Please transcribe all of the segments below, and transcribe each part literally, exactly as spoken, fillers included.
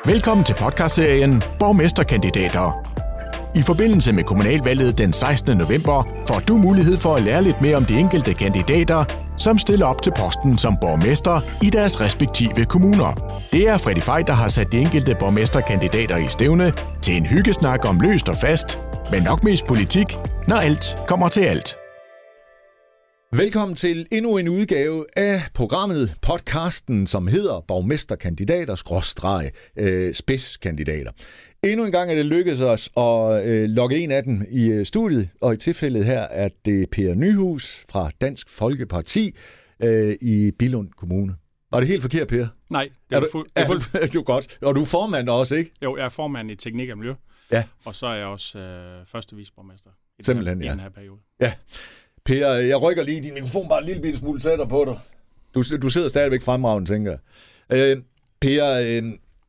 Velkommen til podcastserien Borgmesterkandidater. I forbindelse med kommunalvalget den sekstende november får du mulighed for at lære lidt mere om de enkelte kandidater, som stiller op til posten som borgmester i deres respektive kommuner. Det er Freddy Fej, der har sat de enkelte borgmesterkandidater i stævne til en hyggesnak om løst og fast, men nok mest politik, når alt kommer til alt. Velkommen til endnu en udgave af programmet, podcasten, som hedder Borgmesterkandidater skråstreg øh, spidskandidater. Endnu en gang er det lykkedes os at øh, logge en af dem i øh, studiet, og i tilfældet her er det Per Nyhus fra Dansk Folkeparti øh, i Billund Kommune. Var det helt forkert, Per? Nej, det er, er du fuld. Er, er du godt. Og du er formand også, ikke? Jo, jeg er formand i Teknik og Miljø, ja. Og så er jeg også øh, første viceborgmester i, Simpelthen, den, her, ja. i den her periode. Ja. Per, jeg rykker lige din mikrofon bare en lille bitte smule tættere på dig. Du, du sidder stadigvæk fremragende, tænker jeg. Øh, per, øh,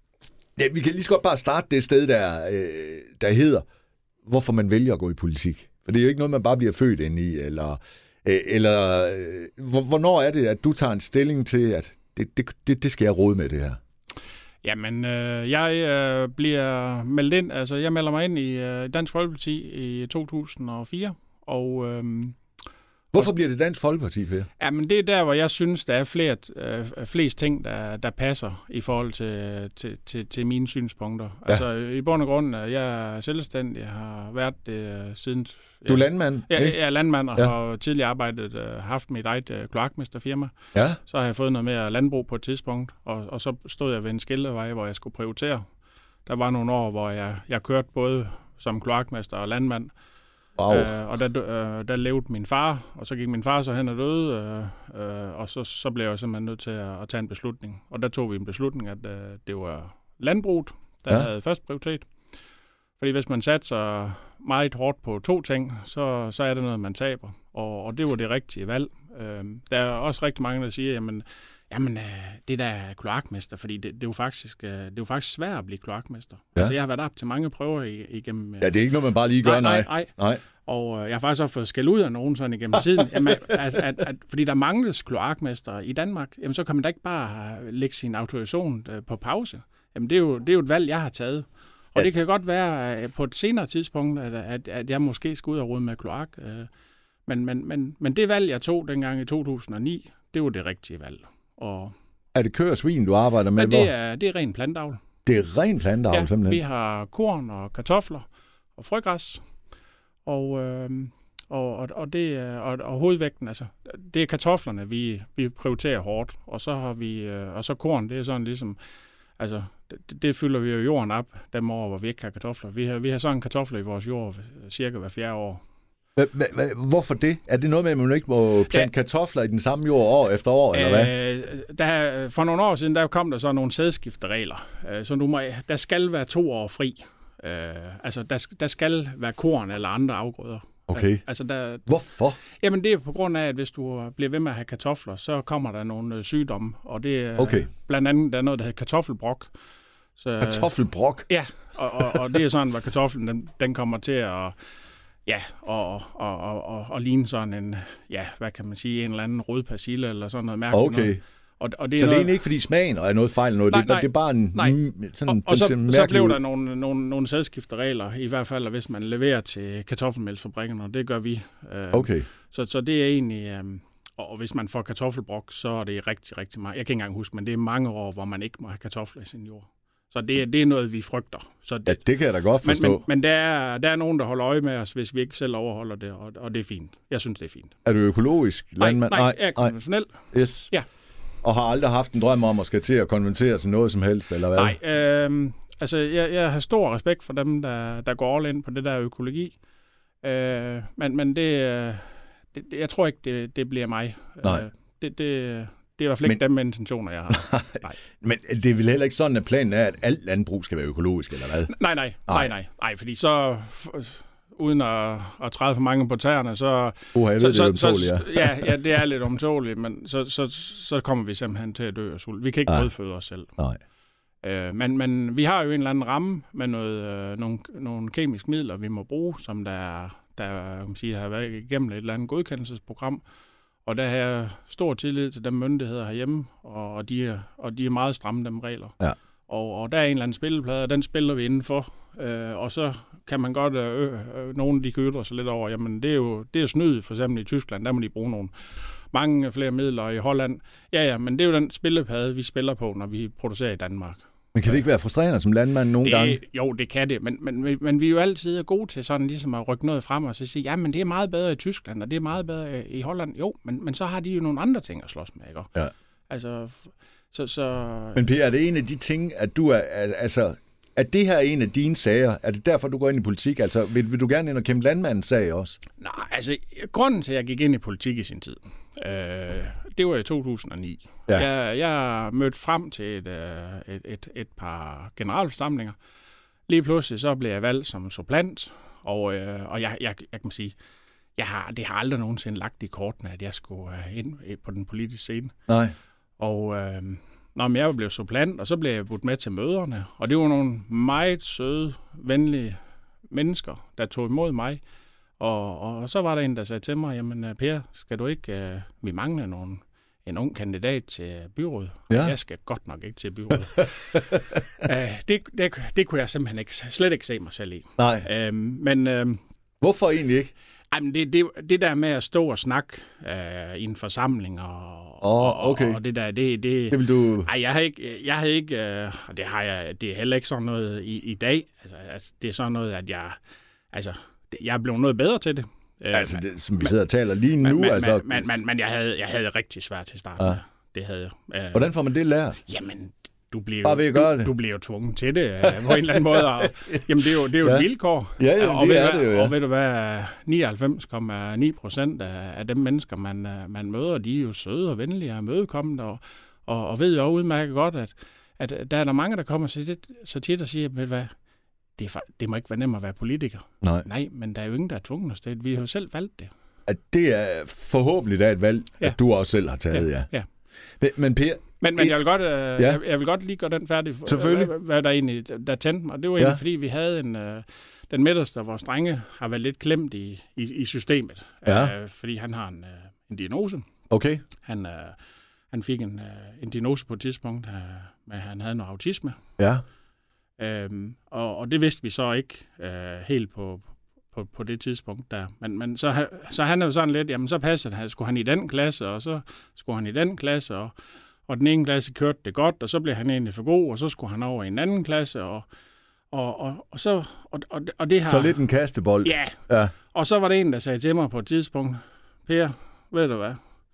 ja, vi kan lige så godt bare starte det sted, der, øh, der hedder, hvorfor man vælger at gå i politik. For det er jo ikke noget, man bare bliver født ind i. Eller, øh, eller øh, hvornår er det, at du tager en stilling til, at det, det, det, det skal jeg råde med det her? Jamen, øh, jeg øh, bliver meldt ind, altså jeg melder mig ind i øh, Dansk Folkeparti i to tusind og fire, og... Øh, Hvorfor bliver det Dansk Folkeparti, Per? Jamen, det er der, hvor jeg synes, der er flere, øh, flest ting, der, der passer i forhold til, til, til, til mine synspunkter. Ja. Altså, i bund og grund, jeg er selvstændig, jeg har været det uh, siden... Du er landmand, ja, ikke? Jeg er landmand, og ja. har tidligere arbejdet, uh, haft mit eget uh, kloakmesterfirma. Ja. Så har jeg fået noget mere landbrug på et tidspunkt, og, og så stod jeg ved en skillevej, hvor jeg skulle prioritere. Der var nogle år, hvor jeg, jeg kørte både som kloakmester og landmand. Wow. Øh, og der, øh, der levede min far, og så gik min far så hen og døde, øh, øh, og så, så blev jeg simpelthen nødt til at, at tage en beslutning. Og der tog vi en beslutning, at øh, det var landbruget, der ja. havde først prioritet. Fordi hvis man satser meget hårdt på to ting, så, så er det noget, man taber. Og, og det var det rigtige valg. Øh, der er også rigtig mange, der siger, jamen, jamen det der er kloakmester, fordi det, det, er jo faktisk, det er jo faktisk svært at blive kloakmester. Ja. Altså jeg har været op til mange prøver igennem... Ja, det er ikke noget, man bare lige gør, nej. Nej, nej. nej. Og øh, jeg har faktisk også fået skæld ud af nogen sådan igennem tiden. Jamen, at, at, at, fordi der mangles kloakmester i Danmark, jamen så kan man da ikke bare lægge sin autorisation øh, på pause. Jamen det er, jo, det er jo et valg, jeg har taget. Og ja. Det kan godt være øh, på et senere tidspunkt, at, at, at jeg måske skal ud og rode med kloak. Øh, men, men, men, men det valg, jeg tog dengang i to tusind og ni, det var det rigtige valg. Og er det køer og svin, du arbejder med? Ja, det er, det er ren plantavl. Det er ren plantavl, ja, simpelthen? Vi har korn og kartofler og frøgræs. Og, øh, og, og, og, det, og, og hovedvægten, altså, det er kartoflerne, vi, vi prioriterer hårdt. Og så har vi, øh, og så korn, det er sådan ligesom, altså, det, det fylder vi jo jorden op, dem år, hvor vi ikke har kartofler. Vi har, vi har sådan kartofler i vores jord cirka hver fjerde år. Hvorfor det? Er det noget med, at man ikke må plante ja. kartofler i den samme jord år efter år, eller hvad? Øh, der, for nogle år siden, der kom der så nogle sædskifteregler. Så du må, der skal være to år fri. Øh, altså, der, der skal være korn eller andre afgrøder. Okay. Altså, der, Hvorfor? Jamen, det er på grund af, at hvis du bliver ved med at have kartofler, så kommer der nogle sygdomme. Og det er okay. blandt andet der er noget, der hedder kartoffelbrok. Så, kartoffelbrok? Ja, og, og, og det er sådan, hvor kartoflen den, den kommer til at... Ja, og, og, og, og, og ligne sådan en, ja, hvad kan man sige, en eller anden rød persille eller sådan noget mærkeligt. Okay. Noget. Og, og det er så noget... det er ikke, fordi smagen er noget fejl, noget. Nej, det, nej, det er bare en... Nej. Sådan, og, og så, så blev ud. der nogle, nogle, nogle sædskifteregler, i hvert fald hvis man leverer til kartoffelmælsfabrikkerne, og det gør vi. Øh, okay. Så, så det er egentlig... Øh, og hvis man får kartoffelbrok, så er det rigtig, rigtig meget. Jeg kan ikke engang huske, men det er mange år, hvor man ikke må have kartofler i sin jord. Så det, det er noget, vi frygter. Så det, ja, det kan jeg da godt forstå. Men, men, men der, er, der er nogen, der holder øje med os, hvis vi ikke selv overholder det, og, og det er fint. Jeg synes, det er fint. Er du økologisk landmand? Nej, nej, jeg er konventionel. Yes. Ja. Og har aldrig haft en drøm om at skal til at konvertere til noget som helst, eller hvad? Nej, øh, altså jeg, jeg har stor respekt for dem, der, der går all in på det der økologi. Øh, men men det, det, jeg tror ikke, det, det bliver mig. Nej. Øh, det, det, det er i hvert fald ikke dem intentioner, jeg har. Nej. Men det er vel heller ikke sådan, at planen er, at alt landbrug skal være økologisk, eller hvad? Nej, nej, nej, nej, nej, fordi så, uden at, at træde for mange på tæerne, så... Uha, det så, er lidt omtåligt, ja. ja. Ja, det er lidt omtåligt, men så, så, så kommer vi simpelthen til at dø af sult. Vi kan ikke brødføde os selv. Nej. Øh, men, men vi har jo en eller anden ramme med noget, øh, nogle, nogle kemiske midler, vi må bruge, som der, der kan man sige, har været igennem et eller andet godkendelsesprogram. Og der har jeg stor tillid til de myndigheder herhjemme, og de er, og de er meget stramme, dem regler. Ja. Og, og der er en eller anden spilleplade, og den spiller vi indenfor. Øh, og så kan man godt, øh, øh, nogen de kan ytre sig lidt over, jamen det er jo, det er jo snyd, for eksempel i Tyskland, der må de bruge nogle mange flere midler, i Holland. Ja, ja, men det er jo den spilleplade, vi spiller på, når vi producerer i Danmark. Men kan det ikke være frustrerende som landmand nogle det, gange? Jo, det kan det, men, men, men vi er jo altid gode til sådan ligesom at rykke noget frem og så sige, ja, men det er meget bedre i Tyskland, og det er meget bedre i Holland. Jo, men, men så har de jo nogle andre ting at slås med, ikke? Ja. Altså, så, så... Men Per, er det en af de ting, at du er, altså, er det her en af dine sager? Er det derfor, du går ind i politik? Altså, vil, vil du gerne ind og kæmpe landmandens sag også? Nej, altså, grunden til, at jeg gik ind i politik i sin tid, øh, det var i to tusind og ni. Ja. Jeg, jeg mødte frem til et, et, et, et par generalforsamlinger. Lige pludselig så blev jeg valgt som supplant, og, øh, og jeg, jeg, jeg kan sige, jeg har, det har aldrig nogensinde lagt i kortene, at jeg skulle ind på den politiske scene. Nej. Og øh, når jeg blev supplant, og så blev jeg budt med til møderne, og det var nogle meget søde, venlige mennesker, der tog imod mig. Og, og så var der en, der sagde til mig, jamen Per, skal du ikke, øh, vi mangler nogen, en ung kandidat til byrådet. Ja. Jeg skal godt nok ikke til byrådet. Æh, det, det, det kunne jeg simpelthen ikke, slet ikke se mig selv i. Nej. Æm, men, øhm, Hvorfor egentlig ikke? Jamen det, det, det der med at stå og snakke øh, i en forsamling og, oh, okay. og, og det der, det... Det, det vil du... Ej, jeg har ikke... Jeg har ikke øh, og det har jeg... Det er heller ikke sådan noget i, i dag. Altså, altså, det er sådan noget, at jeg... Altså, det, jeg er blevet noget bedre til det. Altså, det, som vi sidder og taler lige nu, men, altså... Men, men, men jeg, havde, jeg havde rigtig svært til starten. Ja. Det havde jeg. Øh, Hvordan får man det lært? Jamen... Du bliver, Bare ved at gøre du, det. Du bliver jo tvunget til det på en eller anden måde. Og, jamen, det er jo, det er jo ja. et vilkår. Ja, jamen, og det ved er hvad, det jo, ja. Og ved du hvad, nioghalvfems komma ni procent af, af de mennesker, man, man møder, de er jo søde og venlige og mødekommende, og, og, og ved jo udmærket godt, at, at der er der mange, der kommer så tit, så tit og siger, ved hvad, det, er, det må ikke være nemt at være politiker. Nej. Nej, men der er jo ingen, der er tvunget os til. Vi har jo selv valgt det. At det er forhåbentlig da et valg, ja. at du også selv har taget, ja. ja. ja. Men Per... Men, men jeg, vil godt, øh, ja. jeg, jeg vil godt lige gøre den færdig, Selvfølgelig. Hvad, hvad der egentlig der tændte mig. Det var egentlig, ja. fordi vi havde en, øh, den midterste, hvor drenge har været lidt klemt i, i, i systemet. Ja. Øh, fordi han har en, øh, en diagnose. Okay. Han, øh, han fik en, øh, en diagnose på et tidspunkt, øh, med at han havde noget autisme. Ja. Øhm, og, og det vidste vi så ikke øh, helt på, på, på det tidspunkt der. Men, men så, så han er jo sådan lidt, jamen så passede han, skulle han i den klasse, og så skulle han i den klasse, og Og den ene klasse kørte det godt, og så blev han egentlig for god, og så skulle han over i en anden klasse, og, og, og, og så... Og, og, og det her, så lidt en kastebold. Ja. ja. Og så var det en, der sagde til mig på et tidspunkt, Per, ved du hvad,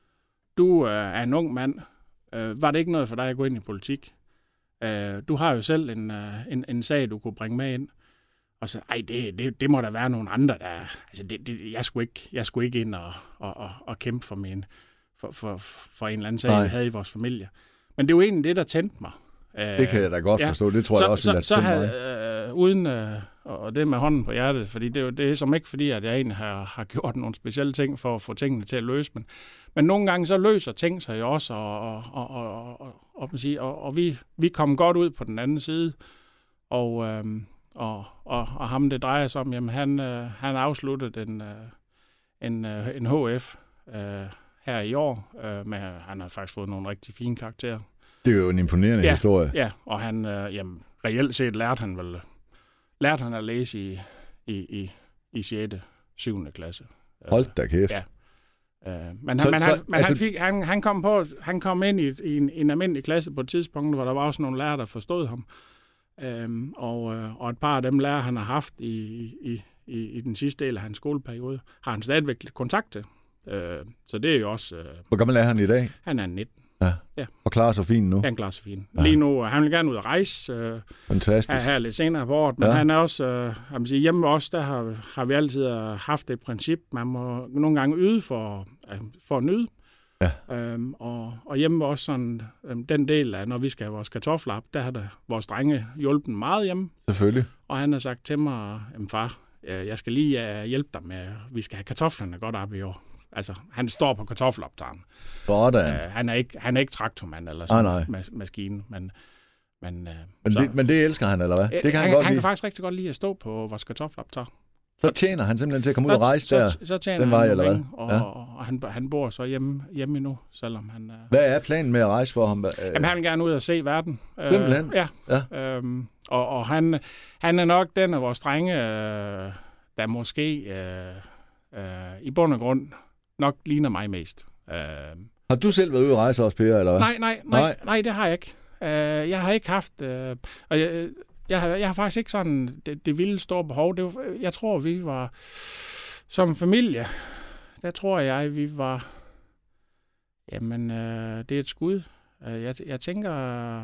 du øh, er en ung mand. Øh, var det ikke noget for dig at gå ind i politik? Øh, du har jo selv en, øh, en, en sag, du kunne bringe med ind. Og så, ej, det, det, det må der være nogle andre, der... Altså, det, det, jeg, skulle ikke, jeg skulle ikke ind og, og, og, og kæmpe for min... For, for, for en eller anden sag, vi havde i vores familie. Men det er jo egentlig det, der tændte mig. Det kan jeg da godt forstå. Ja. Det tror så, jeg også, så, vil så have, øh, uden øh, og det med hånden på hjertet, fordi det er jo det er som ikke fordi, at jeg egentlig har, har gjort nogle specielle ting for at få tingene til at løse, men, men nogle gange så løser ting sig jo også, og, og, og, og, og, og, og, og vi, vi kom godt ud på den anden side, og, øh, og, og, og ham det drejer sig om, jamen han, øh, han afsluttede en, øh, en, øh, en H F øh, her i år, øh, med, han har faktisk fået nogle rigtig fine karakterer. Det er jo en imponerende ja, historie. Ja, og han, øh, jamen, reelt set lærte han vel, lærte han at læse i, i, i, i sjette syvende klasse. Hold da kæft. Ja. Øh, men han, så, men, han, så, men altså... han, fik, han, han, kom på, han kom ind i, i en, en almindelig klasse på et tidspunkt, hvor der var også nogle lærere, der forstod ham. Øhm, og, øh, og et par af dem lærere, han har haft i, i, i, i den sidste del af hans skoleperiode, har han stadigvæk kontakt til. Øh, så det er jo også... Øh, Hvor gammel er han i dag? Han er nitten. Ja. ja. Og klarer sig fint nu? Ja, han klarer sig fint. Ja. Lige nu, han vil gerne ud at rejse. Øh, Fantastisk. Her, her lidt senere på året, men ja. han er også... Øh, jeg sige, hjemme også, der har, har vi altid haft et princip, man må nogle gange yde for, øh, for at nyde. Ja. Øhm, og, og hjemme også sådan, øh, den del af, når vi skal have vores kartofler op, der har der, vores drenge hjulpet meget hjemme. Selvfølgelig. Og han har sagt til mig, far, jeg skal lige uh, hjælpe dig med, vi skal have kartoflerne godt op i år. Altså, han står på kartoffeloptageren. Sådan. Uh, han er ikke, han er ikke traktormand eller sådan ah, en maskine, men... Men, uh, men, det, men det elsker han, eller hvad? Det kan han, han godt Han lide. kan faktisk rigtig godt lide at stå på vores kartoffeloptager. Så tjener han simpelthen til at komme ud og rejse så, der? Så, så tjener den han vej, nogle eller penge, hvad? og, Ja. og, og han, han bor så hjemme, hjemme endnu, selvom han... Øh, Hvad er planen med at rejse for ham? Jamen, han vil gerne ud og se verden. Simpelthen? Øh, ja. ja. Øhm, og og han, han er nok den af vores drenge, øh, der måske øh, øh, i bund og grund nok ligner mig mest. Øh, Har du selv været ude at rejse også, Per, eller hvad? nej, nej, nej, Nej. nej, det har jeg ikke. Øh, jeg har ikke haft... Øh, og jeg, jeg, har, jeg har faktisk ikke sådan det, det vilde store behov. Det var, jeg tror, vi var... Som familie, der tror jeg, vi var... Jamen, øh, det er et skud. Øh, jeg, jeg tænker...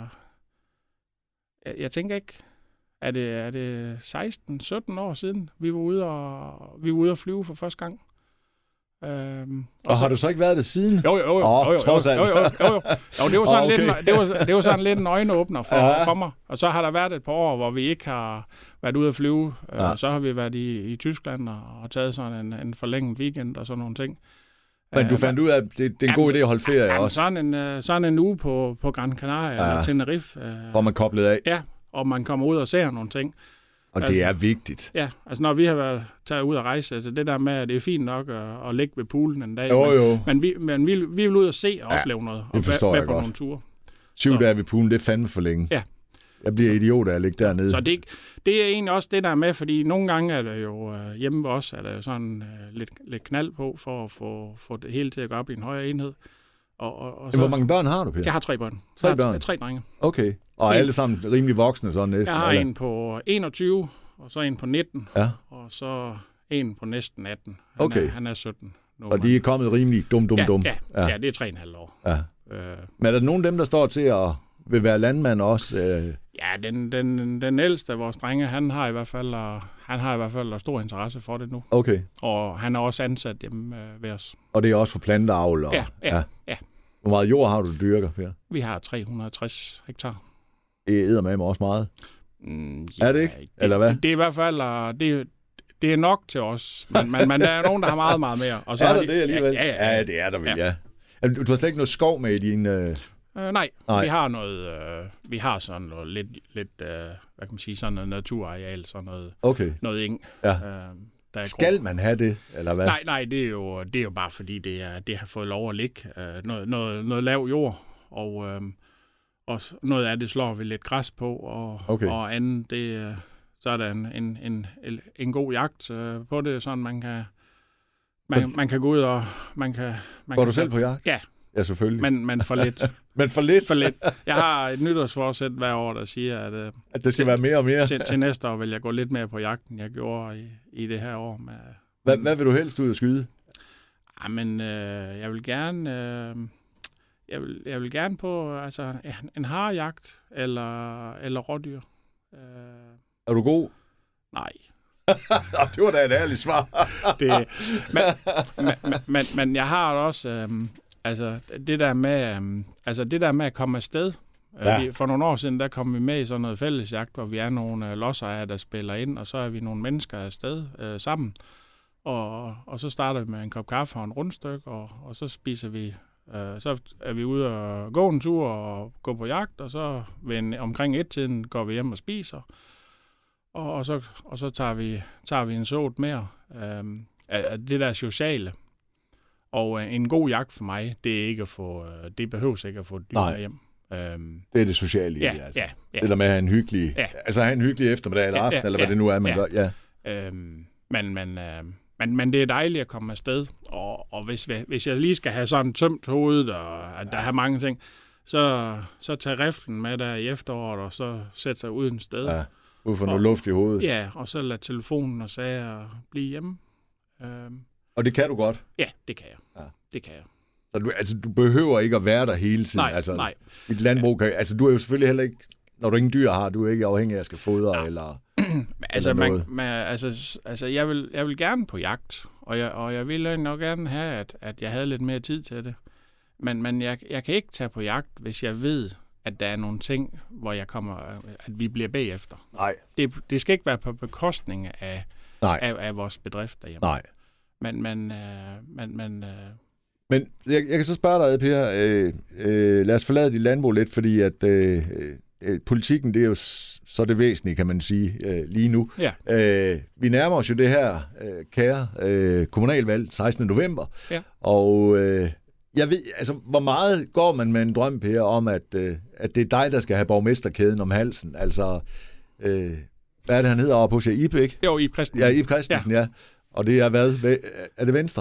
Jeg, jeg tænker ikke... Er det, er det seksten sytten år siden, vi var ude og, vi var ude at flyve for første gang? Øhm, og, Og så, har du så ikke været det siden? Jo, jo, jo. Åh, jo, jo, trods jo, alt. jo, jo, jo, jo. jo det, var sådan Åh, okay. lidt, det, var, det var sådan lidt en øjenåbner for, Ja. for mig. Og så har der været et par år, hvor vi ikke har været ude at flyve. Ja. Øh, så har vi været i, i Tyskland og, og taget sådan en, en forlænget weekend og sådan nogle ting. Men du fandt ud af, at det, det er en god idé at holde ferie Jamen, også, sådan en, øh, sådan en uge på, på Gran Canaria Ja. eller Tenerife. Øh, hvor man koblet af. ja, og man kommer ud og ser nogle ting. Og det altså- er vigtigt. Ja, altså når vi har været taget ud at rejse, altså det der med, at det er fint nok at, at ligge ved poolen en dag, Jo, men, jo. men, vi, men vi, vi vil ud og se og Ja, opleve noget, det og forstår være jeg på godt. nogle ture. Syv Så- dage ved poolen, det er fandme for længe. Ja. Jeg bliver idiot af at ligge dernede. Så det, det er egentlig også det, der er med, fordi nogle gange er der jo øh, hjemme ved os, er der jo sådan øh, lidt, lidt knald på, for at få, få det hele til at gå op i en højere enhed. Og, og, og så, Hvor mange børn har du, Per? Jeg har tre børn. Tre Jeg har børn? Tre drenge. Okay. Og En. alle sammen rimelig voksne sådan næsten? Jeg har eller? en på enogtyve, og så en på nitten, Ja. og så en på næsten atten. Han, Okay. er, han er sytten nu. Og de er kommet rimelig dum, dum, ja, dum? ja, Ja. ja. ja, det er tre og en halv år. Ja. Øh, Men er der nogen af dem, der står til at vil være landmand også? Øh, ja, den, den, den ældste af vores drenge, han har i hvert fald, uh, han har i hvert fald stor interesse for det nu. okay. Og han er også ansat hjemme uh, ved os. Og det er også for planteavl? Og, Ja, ja, ja. Hvor meget jord har du, du dyrker, Per? Vi har tre hundrede og tres hektar. Det æder med mig også meget. Mm, Er det ikke? Det, Eller hvad? Det, det er i hvert fald uh, det, det er nok til os, men, men, men der er nogen, der har meget, meget mere. Og så Er har der de, det alligevel? Ja, ja, ja. ja det er der vel, Ja. ja. ja. Du, du har slet ikke noget skov med i din... Øh... Uh, nej, Nej. vi har noget, uh, vi har sådan noget lidt, lidt uh, hvad kan man sige, sådan noget naturareal, sådan noget, Okay. noget eng. Ja. Uh, der er Skal man have det, eller hvad? Nej, nej, det er jo, det er jo bare fordi, det, er, det har fået lov at ligge. Øh, noget, noget, noget lav jord, og, øh, og s- noget af det slår vi lidt græs på, og, Okay. og andet, det, øh, så er der en, en, en, en god jagt øh, på det, sådan man kan, man, man kan gå ud og... Man kan, man Går kan du selv på jagt? Ja, Ja, selvfølgelig. Men, men, men for lidt. men for lidt, For lidt. Jeg har et nytårsforsæt hver år, der siger, at øh, at det skal være mere og mere. til, til næste år vil jeg gå lidt mere på jagten, jeg gjorde i, i det her år. Med, Hvad, hvad vil du helst ud og skyde? Jamen, øh, jeg vil gerne, øh, jeg vil, jeg vil gerne på altså en, en harejagt eller eller rådyr. Øh, Er du god? nej, Det var da et ærligt svar. det, men, men, men, men jeg har også øh, altså det der med øh, altså det der med at komme afsted. Ja. Ja. For nogle år siden, der kom vi med i sådan noget fællesjagt, hvor vi er nogle øh, lodsejere, der spiller ind, og så er vi nogle mennesker afsted øh, sammen. Og, og så starter vi med en kop kaffe og en rundstykke, og, og så spiser vi, øh, så er vi ude og gå en tur og gå på jagt, og så ved en, omkring et-tiden går vi hjem og spiser. Og, og, så, og så tager vi, tager vi en sot mere øh, af det der sociale. Og øh, en god jagt for mig, det er ikke at få, øh, det behøves ikke at få dyr Nej. med hjem. Øhm, Det er det sociale i ja, det, altså. ja, ja. Det der med at have en hyggelig, Ja. altså have en hyggelig eftermiddag eller Ja, aften, ja, eller hvad ja, det nu er, man ja. gør. Ja. Øhm, men, men, øh, men, men det er dejligt at komme afsted, og, og hvis, vi- hvis jeg lige skal have sådan tømt hovedet, og at der er mange ting, så, så tag riflen med der i efteråret, og så sætte sig uden sted. Ja. Ud for noget Og- luft i hovedet. Ja, og så lad telefonen og sager blive hjemme. Øhm, Og det kan du godt. ja, det kan jeg. Ja. Det kan jeg. Så du, altså, du behøver ikke at være der hele tiden. Nej, altså, nej. Dit landbrug kan, altså, du er jo selvfølgelig heller ikke, når du ingen dyr har, du er ikke afhængig af at skal fodre, Nej. eller... Altså, Eller man, noget. man, altså, altså jeg, vil, jeg vil gerne på jagt, og jeg, og jeg ville nok gerne have, at, at jeg havde lidt mere tid til det. Men, men jeg, jeg kan ikke tage på jagt, hvis jeg ved, at der er nogle ting, hvor jeg kommer, at vi bliver bagefter. Nej. Det, det skal ikke være på bekostning af, Nej. af, af vores bedrift derhjemme. Nej. Men, men, øh, men, men øh, Men jeg, jeg kan så spørge dig, Per, øh, øh, lad os forlade dit landbrug lidt, fordi at, øh, øh, politikken, det er jo så det væsentlige, kan man sige, øh, lige nu. Ja. Øh, vi nærmer os jo det her øh, kære øh, kommunalvalg sekstende november, Ja. og øh, jeg ved, altså, hvor meget går man med en drøm, Per, om, at, øh, at det er dig, der skal have borgmesterkæden om halsen? Altså, øh, hvad er det, han hedder oppe hos jer? Ib, ikke? Jo, Ib Christensen. Ja, Ib Christensen, ja. ja. Og det er hvad? Er det Venstre?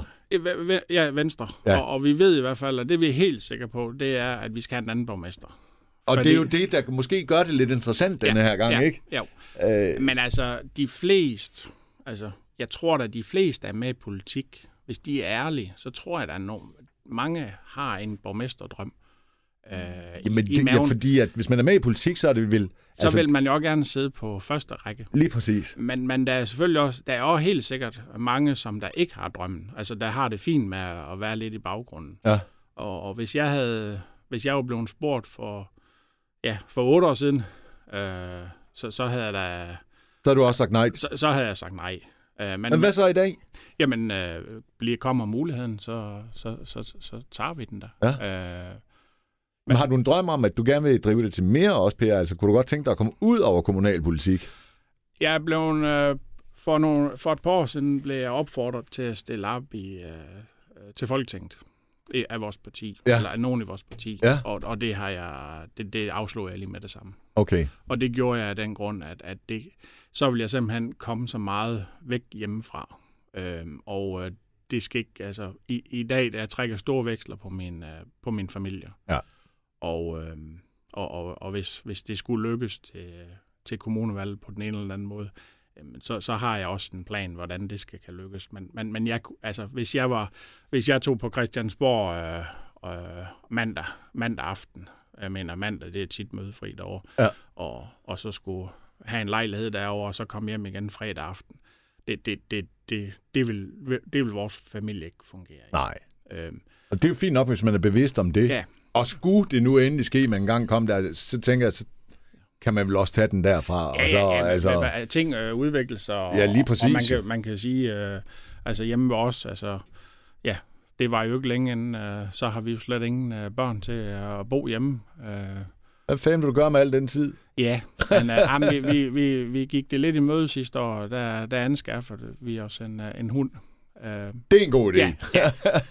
Ja, Venstre. Ja. Og, og vi ved i hvert fald, og det vi er helt sikre på, det er, at vi skal have en anden borgmester. Og Fordi... det er jo det, der måske gør det lidt interessant denne ja, her gang, ja, ikke? Jo. Øh... Men altså, de fleste, altså, jeg tror da, de fleste er med i politik. Hvis de er ærlige, så tror jeg, der er nogen. Mange har en borgmesterdrøm. Øh, Jamen, i, det, i ja, fordi at hvis man er med i politik, så er det vel... Så altså, vil man jo gerne sidde på første række. Lige præcis. Men, men der er selvfølgelig også, der er også helt sikkert mange, som der ikke har drømmen. Altså, der har det fint med at være lidt i baggrunden. Ja. Og, og hvis jeg havde, hvis jeg var blevet spurgt for, ja, for otte år siden, øh, så, så havde jeg da... Så har du også sagt nej? Så, så havde jeg sagt nej. Øh, men, men hvad så i dag? Jamen, øh, bliver kommer muligheden, så, så, så, så, så tager vi den der. Ja. Øh, Men har du en drøm om, at du gerne vil drive det til mere også, Per? Altså, kunne du godt tænke dig at komme ud over kommunalpolitik? Jeg er blevet, øh, for, nogle, for et par år siden blev jeg opfordret til at stille op i, øh, til Folketinget af vores parti, ja. eller af nogen i vores parti, ja. og, og det har jeg, det, det afslog jeg lige med det samme. Okay. Og det gjorde jeg af den grund, at, at det, så vil jeg simpelthen komme så meget væk hjemmefra. Øhm, og øh, det skal ikke, altså, i, i dag, der jeg trækker store veksler på min, øh, på min familie. Ja. Og, øh, og, og, og hvis, hvis det skulle lykkes til, til kommunevalget på den ene eller anden måde, øh, så, så har jeg også en plan, hvordan det skal kan lykkes. Men, men, men jeg, altså, hvis jeg var, hvis jeg tog på Christiansborg øh, øh, mandag, mandag aften, jeg mener mandag, det er tit mødefri derovre, ja. og, og så skulle have en lejlighed derovre, og så komme hjem igen fredag aften. Det, det, det, det, det, vil, det vil vores familie ikke fungere i. Nej. Øhm, og det er jo fint nok, hvis man er bevidst om det. Ja. Og skulle det nu endelig ske, man engang kom der, så tænker jeg, så kan man vel også tage den derfra. Ja, og så, ja, ja altså... ting øh, udvikler sig. Og, ja, lige præcis. Og man kan, man kan sige, øh, altså hjemme ved os, altså, ja, det var jo ikke længe inden, øh, så har vi jo slet ingen øh, børn til at bo hjemme. Øh. Hvad fanden vil du gøre med al den tid? Ja, men øh, jamen, vi, vi, vi, vi gik det lidt i møde sidste år, der, der anskaffede vi os en, en hund. Det er en god idé. Ja, ja.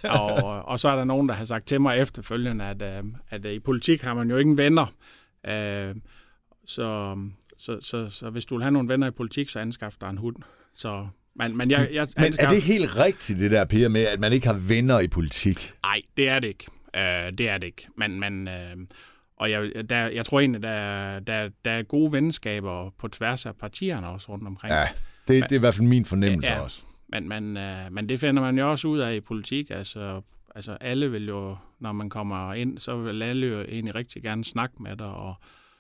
Og, og så er der nogen, der har sagt til mig efterfølgende, at, at, at i politik har man jo ingen venner. Så, så, så, så hvis du vil have nogle venner i politik, så anskaff dig en hund. Så, men men, jeg, jeg men anskaff... er det helt rigtigt, det der, Per, med, at man ikke har venner i politik? Nej, det er det ikke. Det er det ikke. Men, men, og jeg, der, jeg tror egentlig, der, der, der er gode venskaber på tværs af partierne også rundt omkring. Ja, det, det er i hvert fald min fornemmelse ja, også. Men, men, øh, men det finder man jo også ud af i politik. Altså, altså alle vil jo, når man kommer ind, så vil alle jo egentlig rigtig gerne snakke med dig, og,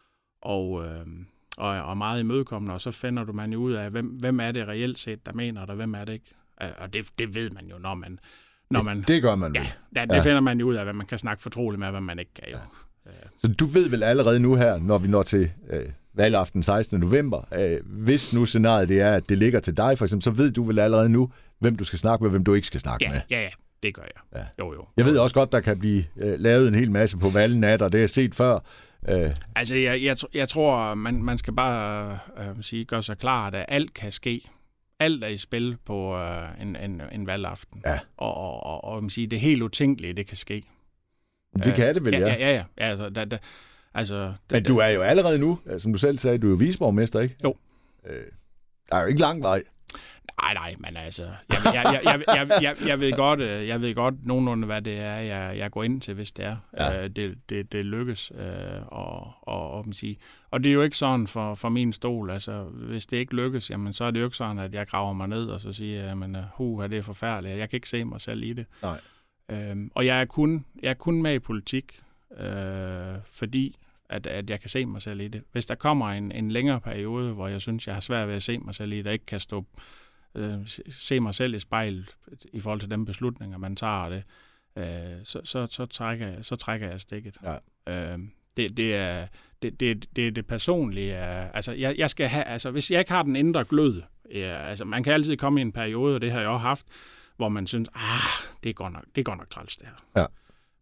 og, øh, og, og meget imødekommende, og så finder du man jo ud af, hvem, hvem er det reelt set, der mener det, hvem er det ikke. Og det, det ved man jo, når man... Når man det gør man ja, vel. Ja, det finder man jo ud af, hvad man kan snakke fortroligt med, hvad man ikke kan jo. Ja. Så du ved vel allerede nu her, når vi når til... Øh... valgaften sekstende november. Øh, hvis nu scenariet det er, at det ligger til dig, for eksempel, så ved du vel allerede nu, hvem du skal snakke med, hvem du ikke skal snakke ja, med. Ja, ja, det gør jeg. Ja. Jo, jo. Jeg ved også godt, der kan blive øh, lavet en hel masse på valgnat, og det har jeg set før. Øh. Altså, jeg, jeg, jeg tror, man, man skal bare øh, sige, gøre sig klar, at alt kan ske. Alt er i spil på øh, en, en, en valgaften. Ja. Og, og, og, og man siger, det helt utænkelige, det kan ske. Det kan det vel, ja. Ja, ja, ja. ja. Altså, da, da, Altså, men du er jo allerede nu, som du selv sagde, du er jo viceborgmester, ikke? Jo. Øh, der er jo ikke lang vej. Nej, nej, men altså, jeg, jeg, jeg, jeg, jeg, jeg, jeg ved godt, jeg ved godt nogenlunde, hvad det er, jeg, jeg går ind til, hvis det er. Ja. Øh, det, det, det lykkes, øh, og, og, og, sige. og det er jo ikke sådan for, for min stol, altså, hvis det ikke lykkes, jamen, så er det jo ikke sådan, at jeg graver mig ned, og så siger, jamen, hu, det er forfærdeligt, jeg kan ikke se mig selv i det. Nej. Øh, og jeg er, kun, jeg er kun med i politik, øh, fordi At, at jeg kan se mig selv i det. Hvis der kommer en, en længere periode, hvor jeg synes, jeg har svært ved at se mig selv i det, og ikke kan stå, øh, se mig selv i spejlet i forhold til de beslutninger, man tager det, øh, så, så, så, trækker jeg, så trækker jeg stikket. Ja. Øh, det, det, er, det, det, det er det personlige. Altså, jeg, jeg skal have, altså, hvis jeg ikke har den indre glød, ja, altså, man kan altid komme i en periode, og det har jeg også haft, hvor man synes, ah, det er godt nok, det er godt nok træls det her. Ja.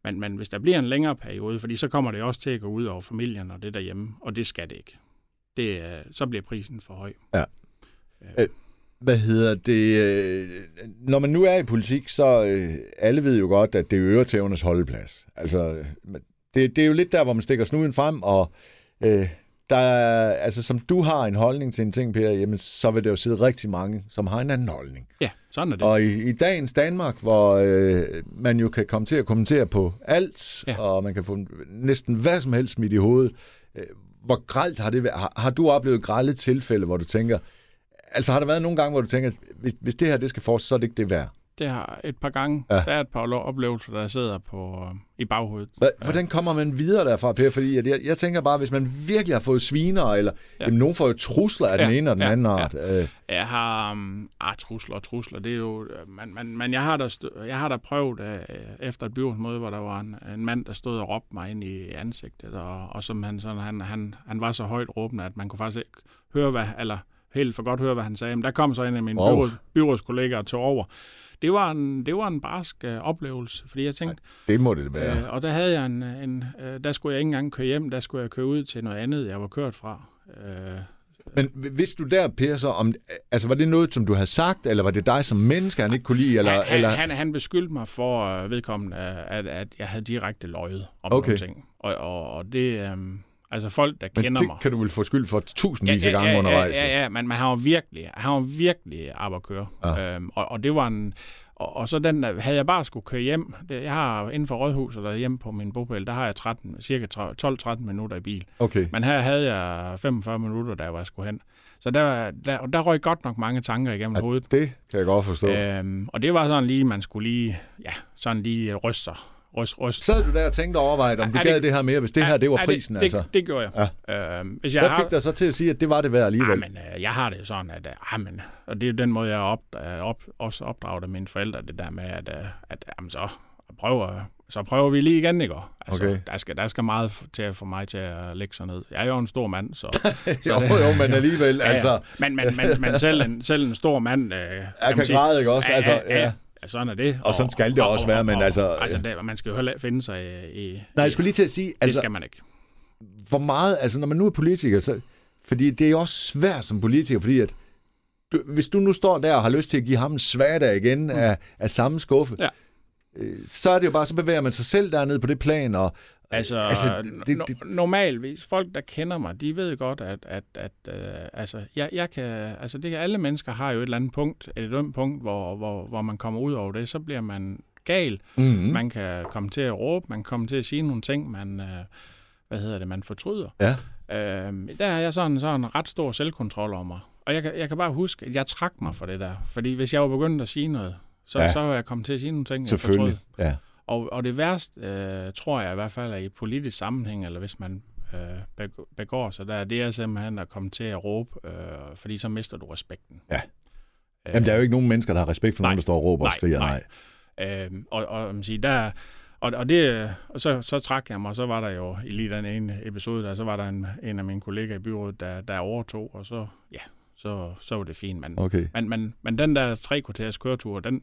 Men, men hvis der bliver en længere periode, fordi så kommer det også til at gå ud over familien og det derhjemme, og det skal det ikke. Det, så bliver prisen for høj. Ja. Øh. Hvad hedder det? Når man nu er i politik, så øh, alle ved jo godt, at det er øretævernes holdeplads. Altså, det, det er jo lidt der, hvor man stikker snuden frem, og øh, der er, altså, som du har en holdning til en ting, Per, jamen, så vil der jo sidde rigtig mange, som har en anden holdning. Ja, sådan er det. Og i, i dagens Danmark, hvor øh, man jo kan komme til at kommentere på alt, ja. Og man kan få næsten hvad som helst smidt i hovedet, øh, hvor grelt har det været? Har, har du oplevet grælde tilfælde, hvor du tænker, altså har der været nogle gange, hvor du tænker, at hvis, hvis det her det skal fortsætte, så er det ikke det værd? Det har et par gange. Ja. Der er et par oplevelser, der sidder på, øh, i baghovedet. Hvordan kommer man videre derfra, Per? Fordi jeg, jeg tænker bare, hvis man virkelig har fået sviner, eller ja. Jamen, nogen får jo trusler af ja. den ene og den ja. anden art. Ja. Øh. Jeg har um, ah, trusler og trusler. Det er jo, man, man, man, jeg har da, jeg har da prøvet uh, efter et byrådsmøde, hvor der var en, en mand, der stod og råbte mig ind i ansigtet, og, og som han, sådan, han, han, han var så højt råbende, at man kunne faktisk ikke høre, hvad, eller helt for godt høre, hvad han sagde. Men der kom så en af mine wow. byråd, byrådskollegaer og tog over. Det var en, det var en barsk øh, oplevelse, fordi jeg tænkte... Det må det være. Øh, og der havde jeg en... en øh, der skulle jeg ikke engang køre hjem, der skulle jeg køre ud til noget andet, jeg var kørt fra. Øh, Men vidste du der, Per, så om... Altså, var det noget, som du havde sagt, eller var det dig som menneske, han ikke kunne lide? Eller, han, eller? Han, han beskyldte mig for øh, vedkommende, at, at jeg havde direkte løjet om okay. nogle ting. Og, og, og det... Øh, Altså folk, der men kender det mig. Kan du vel få skyld for tusindvis af ja, ja, gange ja, undervejs? Ja, ja, ja, men man har jo virkelig, han var virkelig op at køre. Ja. Øhm, og, og det var en... Og, og så den, havde jeg bare skulle køre hjem. Det, jeg har inden for Rådhuset der hjemme på min bopæl, der har jeg tretten, cirka tolv tretten minutter i bil. Okay. Men her havde jeg femogfyrre minutter, da jeg skulle hen. Så der, der, der røg godt nok mange tanker igennem ja, hovedet. Det kan jeg godt forstå. Øhm, og det var sådan lige, man skulle lige, ja, sådan lige ryste sig. Røst, røst. Sad du der og tænkte og overvejede, om du gad det, det her mere, hvis det er, her det var prisen? Det, altså? det, det gjorde jeg. Ja. Øhm, hvis jeg Hvad har, fik dig så til at sige, at det var det værd alligevel? Men, øh, jeg har det sådan, at øh, men, og det er den måde, jeg op, op, også opdraget af mine forældre, det der med, at, øh, at jamen, så, prøver, så prøver vi lige igen, ikke? Altså, okay. der, skal, der skal meget til for mig til at lægge sig ned. Jeg er jo en stor mand, så... så jo, det, jo, men alligevel, ja, altså... Ja. Men, men, men, men selv, en, selv en stor mand... Øh, jeg kan græde, ikke også? Altså, ja, ja. Ja, sådan er det. Og, og sådan skal det og, også og, være, men og, altså... Altså, det, man skal jo heller ikke finde sig i... Nej, jeg skulle lige til at sige... Altså, det skal man ikke. Hvor meget... Altså, når man nu er politiker, så... Fordi det er jo også svært som politiker, fordi at... Du, hvis du nu står der og har lyst til at give ham en sværdag igen mm. af, af samme skuffe, ja. øh, så er det jo bare, så bevæger man sig selv dernede på det plan, og... Altså, altså det, det, normalvis, folk, der kender mig, de ved godt, at, at, at øh, altså, jeg, jeg kan, altså, det kan, alle mennesker har jo et eller andet punkt, et ømt punkt, hvor, hvor, hvor man kommer ud over det, så bliver man gal. Mm-hmm. Man kan komme til at råbe, man kan komme til at sige nogle ting, man, øh, hvad hedder det, man fortryder. Ja. Øh, der har jeg sådan, sådan en ret stor selvkontrol over mig. Og jeg kan, jeg kan bare huske, at jeg trak mig for det der. Fordi hvis jeg var begyndt at sige noget, så, ja. så var jeg kommet til at sige nogle ting, jeg fortrød. Ja. Og, og det værste, øh, tror jeg i hvert fald, er i politisk sammenhæng, eller hvis man øh, begår sig der, det er simpelthen at komme til at råbe, øh, fordi så mister du respekten. Ja. Jamen, der er jo ikke nogen mennesker, der har respekt for nej, nogen, der står og råber nej, og skriger nej. nej. Øh, og, og, man siger, der, og, og, det, og så, så trak jeg mig, og så var der jo i lige den ene episode, der, så var der en, en af mine kollegaer i byrådet, der, der overtog, og så, ja, så, så var det fint. Men, okay. men, men, men den der tre kvarters køretur, den,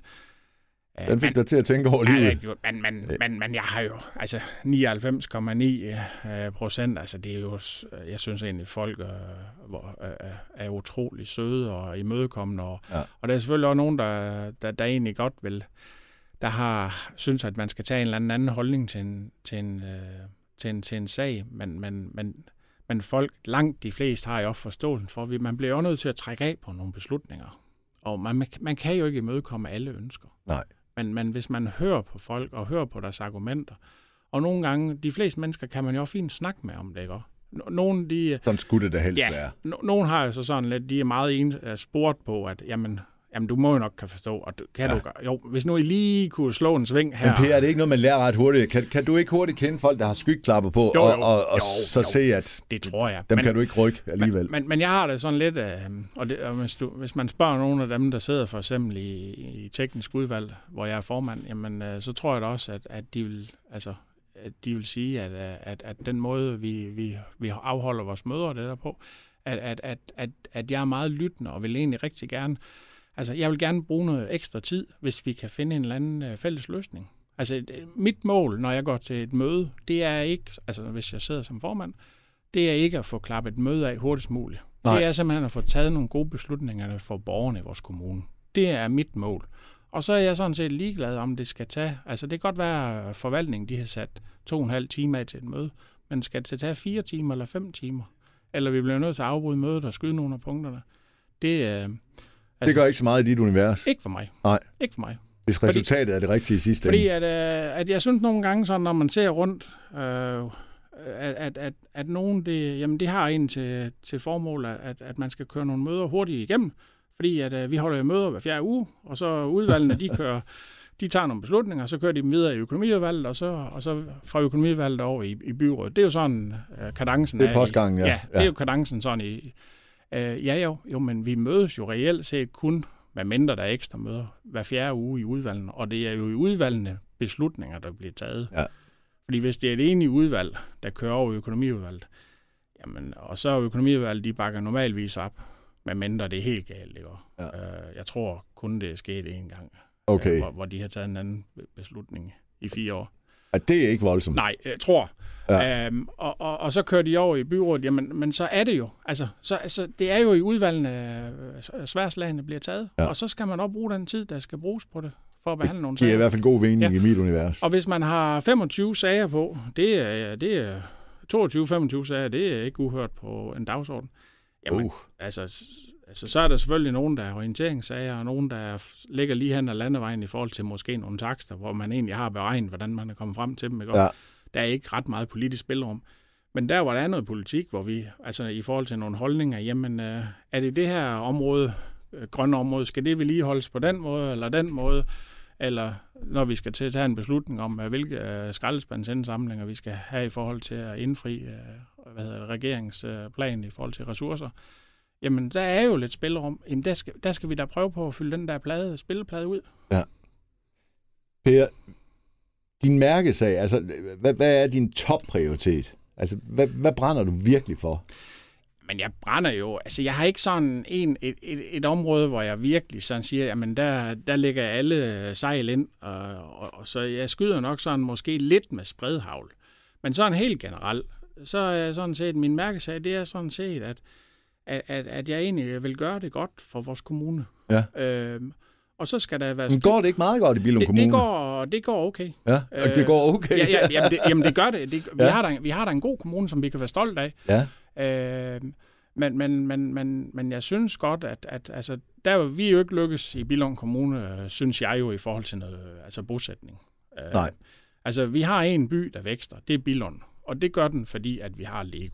Den fik dig til at tænke over livet. Men, men, men, men jeg har jo altså nioghalvfems komma ni procent, altså det er jo, jeg synes egentlig, folk er, er utrolig søde og imødekommende, og, ja. og der er selvfølgelig også nogen, der, der, der egentlig godt vil, der har synes, at man skal tage en eller anden, anden holdning til en, til en, til en, til en sag, men, men, men, men folk, langt de fleste har jo også forståelsen for, at man bliver jo nødt til at trække af på nogle beslutninger, og man, man kan jo ikke imødekomme alle ønsker. Nej. Men, men hvis man hører på folk og hører på deres argumenter, og nogle gange, de fleste mennesker kan man jo fint snakke med om det, ikke? Nogle, de... Sådan skulle det da helst ja, være. No, nogle har jo så sådan lidt, de er meget en, spurgt på, at jamen, jamen, du må jo nok kan forstå, og du, kan ja. du jo, hvis nu I lige kunne slå en sving her... Men Per, er det ikke noget, man lærer ret hurtigt? Kan, kan du ikke hurtigt kende folk, der har skyggeklapper på, jo, jo, og, og, og jo, så jo, se, at det tror jeg. dem men, kan du ikke rykke alligevel? Men, men, men jeg har det sådan lidt, øh, og, det, og hvis, du, hvis man spørger nogle af dem, der sidder for eksempel i, i teknisk udvalg, hvor jeg er formand, jamen, øh, så tror jeg da også, at, at de vil... Altså, at de vil sige, at, at, at den måde, vi, vi, vi afholder vores møder det der på, at, at, at, at, at jeg er meget lyttende og vil egentlig rigtig gerne... Altså, jeg vil gerne bruge noget ekstra tid, hvis vi kan finde en eller anden fælles løsning. Altså, mit mål, når jeg går til et møde, det er ikke, altså hvis jeg sidder som formand, det er ikke at få klappet et møde af hurtigst muligt. Nej. Det er simpelthen at få taget nogle gode beslutninger for borgerne i vores kommune. Det er mit mål. Og så er jeg sådan set ligeglad, om det skal tage, altså det kan godt være, at forvaltningen de har sat to og en halv time af til et møde, men skal det tage fire timer eller fem timer? Eller vi bliver nødt til at afbryde mødet og skyde nogle af punkterne? Det, øh, altså, det gør ikke så meget i dit univers. Ikke for mig. Nej. Ikke for mig. Hvis resultatet fordi, er det rigtige i sidste fordi ende. Fordi at, øh, at jeg synes nogle gange, sådan, når man ser rundt, øh, at, at, at, at nogen, det, jamen, det har en til, til formål, at, at man skal køre nogle møder hurtigt igennem, fordi at, øh, vi holder jo møder hver fjerde uge, og så udvalgene, de kører, de tager nogle beslutninger, og så kører de dem videre i økonomiudvalget, og så, og så fra økonomiudvalget over i, i byrådet. Det er jo sådan, øh, kadencen er. Det er postgangen, ja. Ja, det er jo kadencen sådan i... Øh, ja jo, jo, men vi mødes jo reelt set kun, hvad mindre der er ekstra møder, hver fjerde uge i udvalgene, og det er jo i udvalgene beslutninger, der bliver taget. Ja. Fordi hvis det er et enige udvalg, der kører over økonomiudvalget, jamen, og så er økonomiudvalget, de bakker normalvis op, hvad mindre det er helt galt. Ikke? Ja. Øh, jeg tror kun, det er sket en gang, okay. øh, hvor, hvor de har taget en anden beslutning i fire år. At det er ikke voldsomt? Nej, jeg tror. Ja. Øhm, og, og, og så kører de over i byrådet, jamen, men så er det jo. Altså, så, altså, det er jo i udvalgene, øh, sværslagene bliver taget, ja. Og så skal man også bruge den tid, der skal bruges på det, for at behandle det nogle sager. Det er i hvert fald god mening ja. I mit univers. Og hvis man har femogtyve sager på, det er, det er toogtyve femogtyve sager, det er ikke uhørt på en dagsorden. Jamen, uh. altså, altså, så er der selvfølgelig nogen, der er orienteringssager, og nogen, der ligger lige hen ad landevejen i forhold til måske nogle takster, hvor man egentlig har beregnet, hvordan man er kommet frem til dem. Ikke? Ja. Der er ikke ret meget politisk spilrum. Men der, hvor der er noget politik, hvor vi, altså i forhold til nogle holdninger, jamen, øh, er det det her område, øh, grønne område, skal det vedligeholdes på den måde, eller den måde, eller når vi skal til at tage en beslutning om, hvilke øh, skraldespandsindsamlinger vi skal have i forhold til at indfri øh, hvad hedder det, regeringsplan i forhold til ressourcer, jamen, der er jo lidt spillerum. Jamen, der skal, der skal vi da prøve på at fylde den der plade, spilleplade ud. Ja. Per, din mærkesag, altså, hvad, hvad er din topprioritet? Altså, hvad, hvad brænder du virkelig for? Men jeg brænder jo, altså jeg har ikke sådan en, et, et, et område, hvor jeg virkelig sådan siger, jamen der, der ligger alle sejl ind, og, og, og så jeg skyder nok sådan måske lidt med spredhavl. Men sådan helt generelt, så er sådan set, min mærkesag, det er sådan set, at, at, at jeg egentlig vil gøre det godt for vores kommune. Ja. Øhm, og så skal der være... Men går det ikke meget godt i Billund Kommune? Det, det, går, det går okay. Ja, og det går okay? Ja, ja, jamen, det, jamen det gør det. det vi, ja. har der, vi har der en god kommune, som vi kan være stolt af. Ja. Øhm, men, men, men, men, men jeg synes godt, at, at altså, der vi jo ikke lykkes i Billund Kommune, synes jeg jo i forhold til noget altså bosætning. Øh, Nej. Altså, vi har en by, der vækster. Det er Billund. Og det gør den, fordi at vi har Lego.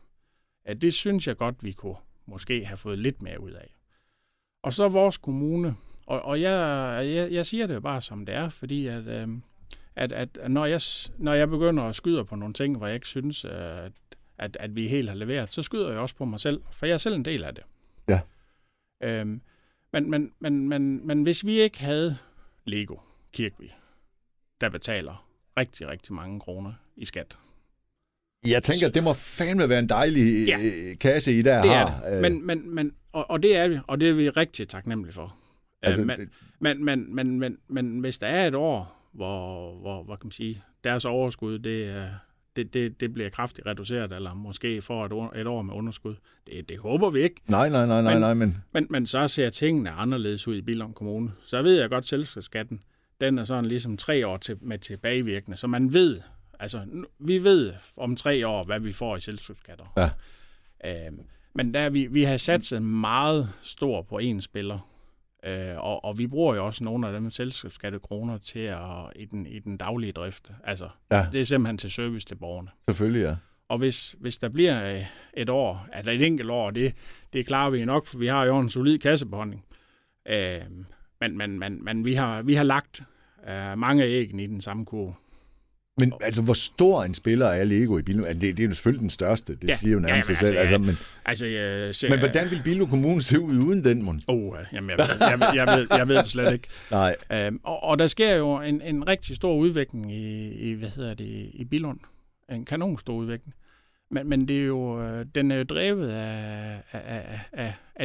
Ja, det synes jeg godt, vi kunne måske have fået lidt mere ud af. Og så vores kommune. Og, og jeg, jeg, jeg siger det bare, som det er, fordi at, øh, at, at når, jeg, når jeg begynder at skyde på nogle ting, hvor jeg ikke synes, at, at, at vi helt har leveret, så skyder jeg også på mig selv, for jeg er selv en del af det. Ja. Øhm, men, men, men, men, men hvis vi ikke havde Lego Kirkeby, der betaler rigtig, rigtig mange kroner i skat. Jeg tænker, det må fandme være en dejlig ja, kasse, I der det har. Er det. Men, men, men, og, og det er vi, og det er vi rigtig taknemmelige for. Altså, men, det... men, men, men, men, men hvis der er et år, hvor, hvor hvad kan man sige, deres overskud, det, det, det, det bliver kraftigt reduceret, eller måske får et år, et år med underskud, det, det håber vi ikke. Nej, nej, nej, nej, men, nej, men... Men, men så ser tingene anderledes ud i Billund Kommune. Så ved jeg godt, selskabsskatten, den er sådan ligesom tre år til, med tilbagevirkende, så man ved, altså vi ved om tre år, hvad vi får i selskabsskatter. Ja. Øhm, men der vi, vi har satset meget stor på en spiller, øh, og, og vi bruger jo også nogle af dem selskabsskattekroner til at, i, den, i den daglige drift. Altså, ja. Det er simpelthen til service til borgerne. Selvfølgelig, ja. Og hvis, hvis der bliver et år, altså et enkelt år, det, det klarer vi nok, for vi har jo en solid kassebeholdning. Øh, men men, men, men vi, har, vi har lagt øh, mange æg i den samme kurve. Men altså, hvor stor en spiller er Lego i Billund? Altså, det, det er jo selvfølgelig den største, det ja, siger jo nærmest sig selv. Altså, men, altså, jeg, se, men hvordan vil Billund Kommune se ud uden den, mon? Oh, jamen, jeg ved, jeg, jeg, jeg, ved, jeg ved det slet ikke. Nej. Øhm, og, og der sker jo en, en rigtig stor udvikling i, i hvad hedder det, i Billund. En kanon stor udvikling. Men, men det er jo, den er jo drevet af, af, af, af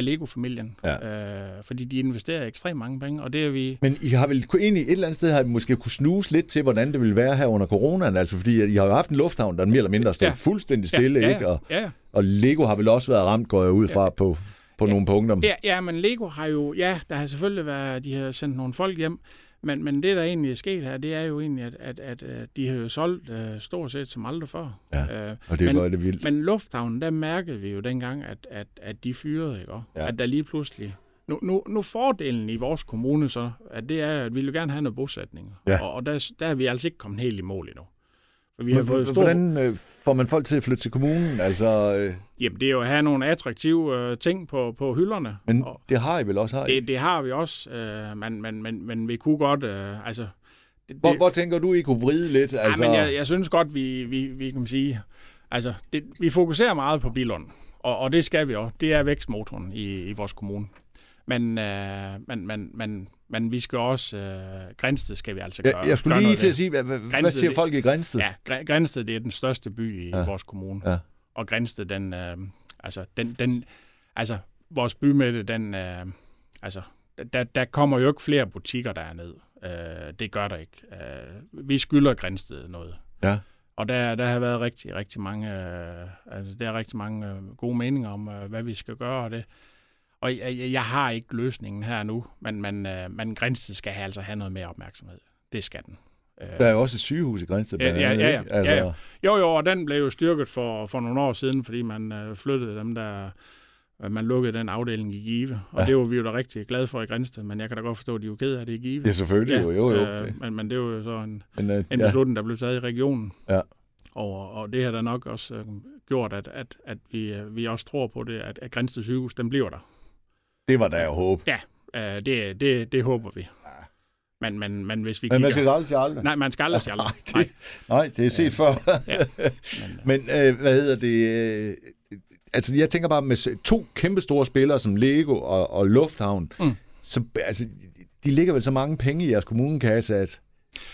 af Lego-familien. Ja. Øh, fordi de investerer ekstremt mange penge, og det er vi... Men I har vel egentlig et eller andet sted har I måske kunne snuse lidt til, hvordan det ville være her under coronaen, altså fordi I har jo haft en lufthavn, der mere eller mindre stod ja. fuldstændig stille, ja, ja, ja. ikke? Og, ja, ja. og Lego har vel også været ramt, går jeg ud fra, ja. på, på ja. nogle punkter. Ja, ja, men Lego har jo... Ja, der har selvfølgelig været... De har sendt nogle folk hjem, men, men det, der egentlig er sket her, det er jo egentlig, at, at, at, at de har jo solgt uh, stort set som aldrig før. Ja, og det men, var det vildt. Men lufthavnen, der mærkede vi jo dengang, at, at, at de fyrede, ikke? Ja. At der lige pludselig... Nu, nu, nu fordelen i vores kommune så, at det er, at vi vil gerne have noget bosætning. Ja. Og, og der, der er vi altså ikke kommet helt i mål endnu. For vi har fået stor... Hvordan øh, får man folk til at flytte til kommunen? Altså, øh... Jamen, det er jo at have nogle attraktive øh, ting på, på hylderne. Men og det har I vel også, har I? Det, det har vi også, øh, men, men, men, men vi kunne godt... Øh, altså, det, hvor, hvor tænker du, I kunne vride lidt? Altså... Ja, men jeg, jeg synes godt, vi, vi, vi kan sige... Altså, det, vi fokuserer meget på Billund, og, og det skal vi også. Det er vækstmotoren i, i vores kommune. Men, øh, men, men, men, men vi skal også... Øh, Grindsted skal vi altså gøre. Jeg, jeg skulle lige til at sige, hvad, Grindsted, hvad siger det, folk i Grindsted? Ja, Grindsted, det er den største by i ja. vores kommune. Ja. Og Grindsted, den... Øh, altså, den, den, altså, vores bymidte, den... Øh, altså, der, der kommer jo ikke flere butikker derned. Øh, det gør der ikke. Øh, vi skylder Grindsted noget. Ja. Og der, der har været rigtig, rigtig mange... Øh, altså, der er rigtig mange øh, gode meninger om, øh, hvad vi skal gøre, og det... Og jeg, jeg har ikke løsningen her nu, men man, man Grindsted skal have, altså have noget mere opmærksomhed. Det skal den. Der er jo også et sygehus i Grindsted. Ja, ja, ja, ja, altså... ja, ja. Jo, jo, og den blev jo styrket for, for nogle år siden, fordi man øh, flyttede dem der... Man lukkede den afdeling i Give, og ja. det var vi jo da rigtig glade for i Grindsted, men jeg kan da godt forstå, at de er jo ked af det i Give. Ja, selvfølgelig. Ja, jo, jo, jo. Øh, men, men det var jo så en, men, øh, en beslutning, ja. der blev taget i regionen. Ja. Og, og det har da nok også øh, gjort, at, at, at vi, øh, vi også tror på det, at, at Grindsted sygehus, den bliver der. Det var der jo håb. Ja, øh, det, det, det håber vi. Ja. Men, men, men hvis vi men kigger... man skal aldrig sige aldrig. Nej, man skal aldrig sige aldrig. nej, det, nej, det er set øh, før. ja. Men, men øh, hvad hedder det... Øh, altså, jeg tænker bare, med to kæmpe store spillere som Lego og, og Lufthavn, mm. så altså, de ligger vel så mange penge i jeres kommunekasse, at...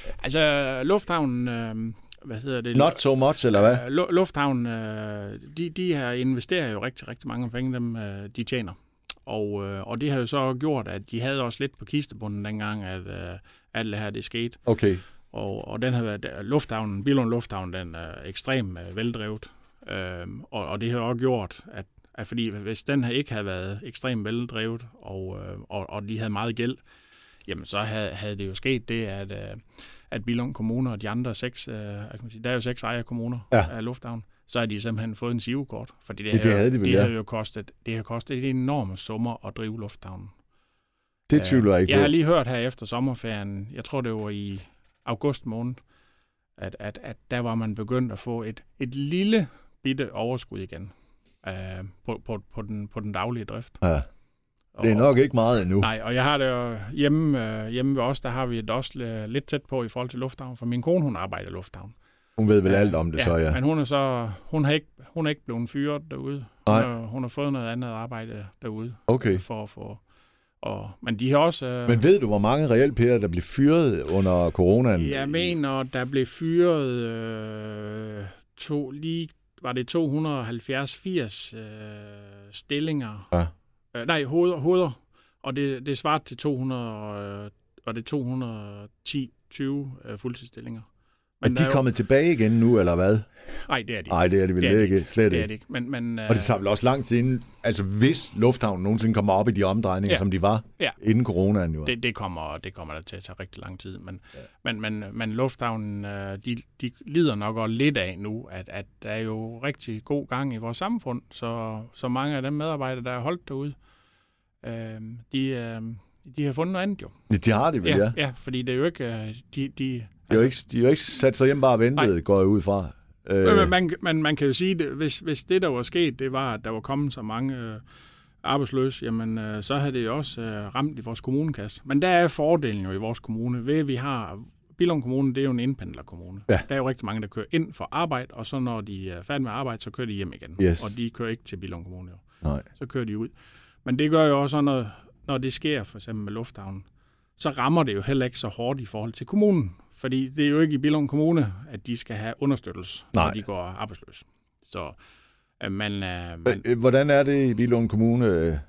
Altså, Lufthavnen... Øh, hvad hedder det? Not so much, eller hvad? Uh, Lufthavnen, øh, de, de her investerer jo rigtig, rigtig mange penge, dem øh, de tjener. Og, øh, og det har jo så gjort, at de havde også lidt på kistebunden dengang, at øh, alt det her det skete. Okay. Og, og den har været, Lufthavnen, Billund Lufthavn, den er ekstremt øh, veldrevet. Øh, og, og det har også gjort, at, at fordi hvis den her ikke havde været ekstremt veldrevet, og, øh, og, og de havde meget gæld, jamen så havde, havde det jo sket det, at, øh, at Billund Kommune og de andre seks, øh, kan man sige, der er jo seks ejerkommuner ja. af Lufthavn, så har de simpelthen fået en sivekort. Fordi det, ja, det, havde de vel, det ja. havde jo kostet, det har kostet enorme summer at drive lufthavnen. Det tvivler jeg ikke Jeg på. har lige hørt her efter sommerferien, jeg tror det var i august måned, at, at, at der var man begyndt at få et, et lille bitte overskud igen øh, på, på, på, den, på den daglige drift. Ja. Det er nok ikke meget endnu. Nej, og jeg har det jo hjemme, øh, hjemme ved os, der har vi det også lidt tæt på i forhold til lufthavn, for min kone, hun arbejder i lufthavn. Hun ved vel alt om det, ja, så ja. Men hun er så hun har ikke hun er ikke blevet fyret derude. Hun, er, hun har fået noget andet arbejde derude. Okay. For at få og men de har også øh, Men ved du hvor mange reelt pærer der blev fyret under coronaen? Jeg mener der blev fyret øh, to lige var det to hundrede og halvfjerds firs øh, stillinger. Ja. Øh, nej, hoveder, hoveder. Og det det svarer til to hundrede øh, og det to hundrede og ti tyve øh, fuldtidsstillinger. Men er de er kommet jo... tilbage igen nu, eller hvad? Nej, det er de ikke. Nej, det er de vel det ikke. Slet ikke. Det er det ikke. Men, men, og det tager vel også lang tid inden, altså hvis lufthavnen nogensinde kommer op i de omdrejninger, ja. som de var, ja. inden coronaen jo. Det, det, kommer, det kommer der til at tage rigtig lang tid. Men, ja. men, men, men lufthavnen, de, de lider nok også lidt af nu, at, at der er jo rigtig god gang i vores samfund, så, så mange af dem medarbejdere, der er holdt derude, øh, de, øh, de har fundet noget andet jo. De har det vel, ja. Ja, ja fordi det er jo ikke... De, de, De har, altså, ikke, de har ikke sat sig hjem bare og ventet, nej. går jeg ud fra. Øh. Man, man, man kan jo sige, at hvis, hvis det, der var sket, det var, at der var kommet så mange øh, arbejdsløse, jamen øh, så havde det jo også øh, ramt i vores kommunekasse. Men der er fordelen jo i vores kommune, ved at vi har... Billund Kommune, det er jo en indpendlerkommune. Ja. Der er jo rigtig mange, der kører ind for arbejde, og så når de er færdige med arbejde, så kører de hjem igen. Yes. Og de kører ikke til Billund Kommune. Jo. Nej. Så kører de ud. Men det gør jo også, når, når det sker, for eksempel med lufthavnen, så rammer det jo heller ikke så hårdt i forhold til kommunen. Fordi det er jo ikke i Billund Kommune, at de skal have understøttelse, Nej. når de går arbejdsløse. Så øh, man, øh, man... Hvordan er det i Billund Kommune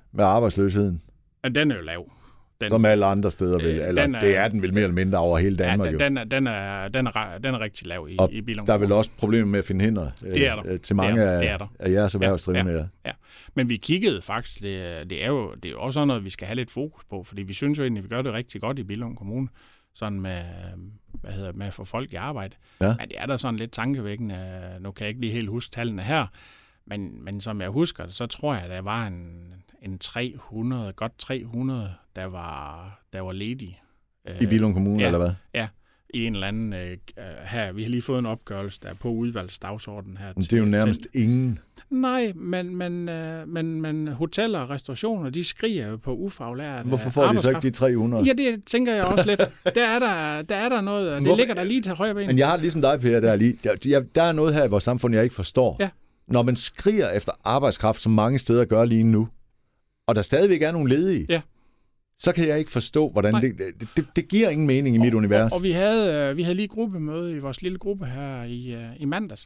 med arbejdsløsheden? Ja, den er jo lav. Den, Som alle andre steder vil. Øh, Eller er, det er den vel mere eller mindre over hele Danmark. Ja, jo. den, er, den, er, den, er, den er rigtig lav i, og i Billund. der er vel også problemer med at finde hænder det er der. øh, til mange det er, det er af, af jeres erhvervsdrivende. Ja, ja, ja. Men vi kiggede faktisk, det, det, er jo, det er jo også sådan noget, vi skal have lidt fokus på, fordi vi synes jo egentlig, at vi gør det rigtig godt i Billund Kommune, sådan med, hvad hedder, med at få folk i arbejde. Ja. Men det er der sådan lidt tankevækkende. Nu kan jeg ikke lige helt huske tallene her, men, men som jeg husker det, så tror jeg, at der var en, en tre hundrede, godt tre hundrede, der var, der var ledige. I Billund Kommune, ja, eller hvad? Ja, i en eller anden øh, her. Vi har lige fået en opgørelse, der er på udvalgsdagsordenen her. Men det er jo nærmest til, ingen. Nej, men, men, øh, men, men hoteller og restaurationer, de skriger jo på ufaglært. Hvorfor får de så ikke de tre hundrede? Ja, det tænker jeg også lidt. Der er der, der, er der noget, det Hvorfor? ligger der lige til højre ben. Men jeg har ligesom dig, Per, der, lige, der, der er noget her i vores samfund, jeg ikke forstår. Ja. Når man skriger efter arbejdskraft, som mange steder gør lige nu, og der stadigvæk er nogle ledige, ja. så kan jeg ikke forstå, hvordan det, det, det, det giver ingen mening i mit og, univers. Og, og vi havde, vi havde lige gruppemøde i vores lille gruppe her i, i mandags.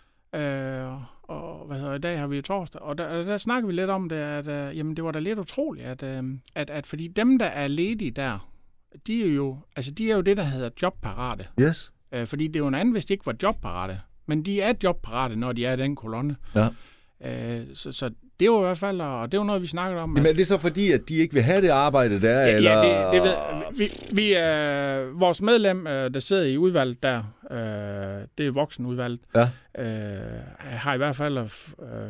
Øh, og hvad hedder, i dag har vi jo torsdag, og der, der snakker vi lidt om det, at øh, jamen, det var da lidt utroligt, at, øh, at, at fordi dem, der er ledige der, de er jo, altså, de er jo det, der hedder jobparate. Yes. Øh, fordi det er jo en anden, hvis de ikke var jobparate. Men de er jobparate, når de er i den kolonne. Ja. Øh, så, så det er jo i hvert fald, og det er jo noget, vi snakker om. Jamen er det så fordi, at de ikke vil have det arbejde der? Ja, eller? ja det, det ved vi. vi er, vores medlem, der sidder i udvalget der, øh, det er voksenudvalget, ja. øh, har i hvert fald øh,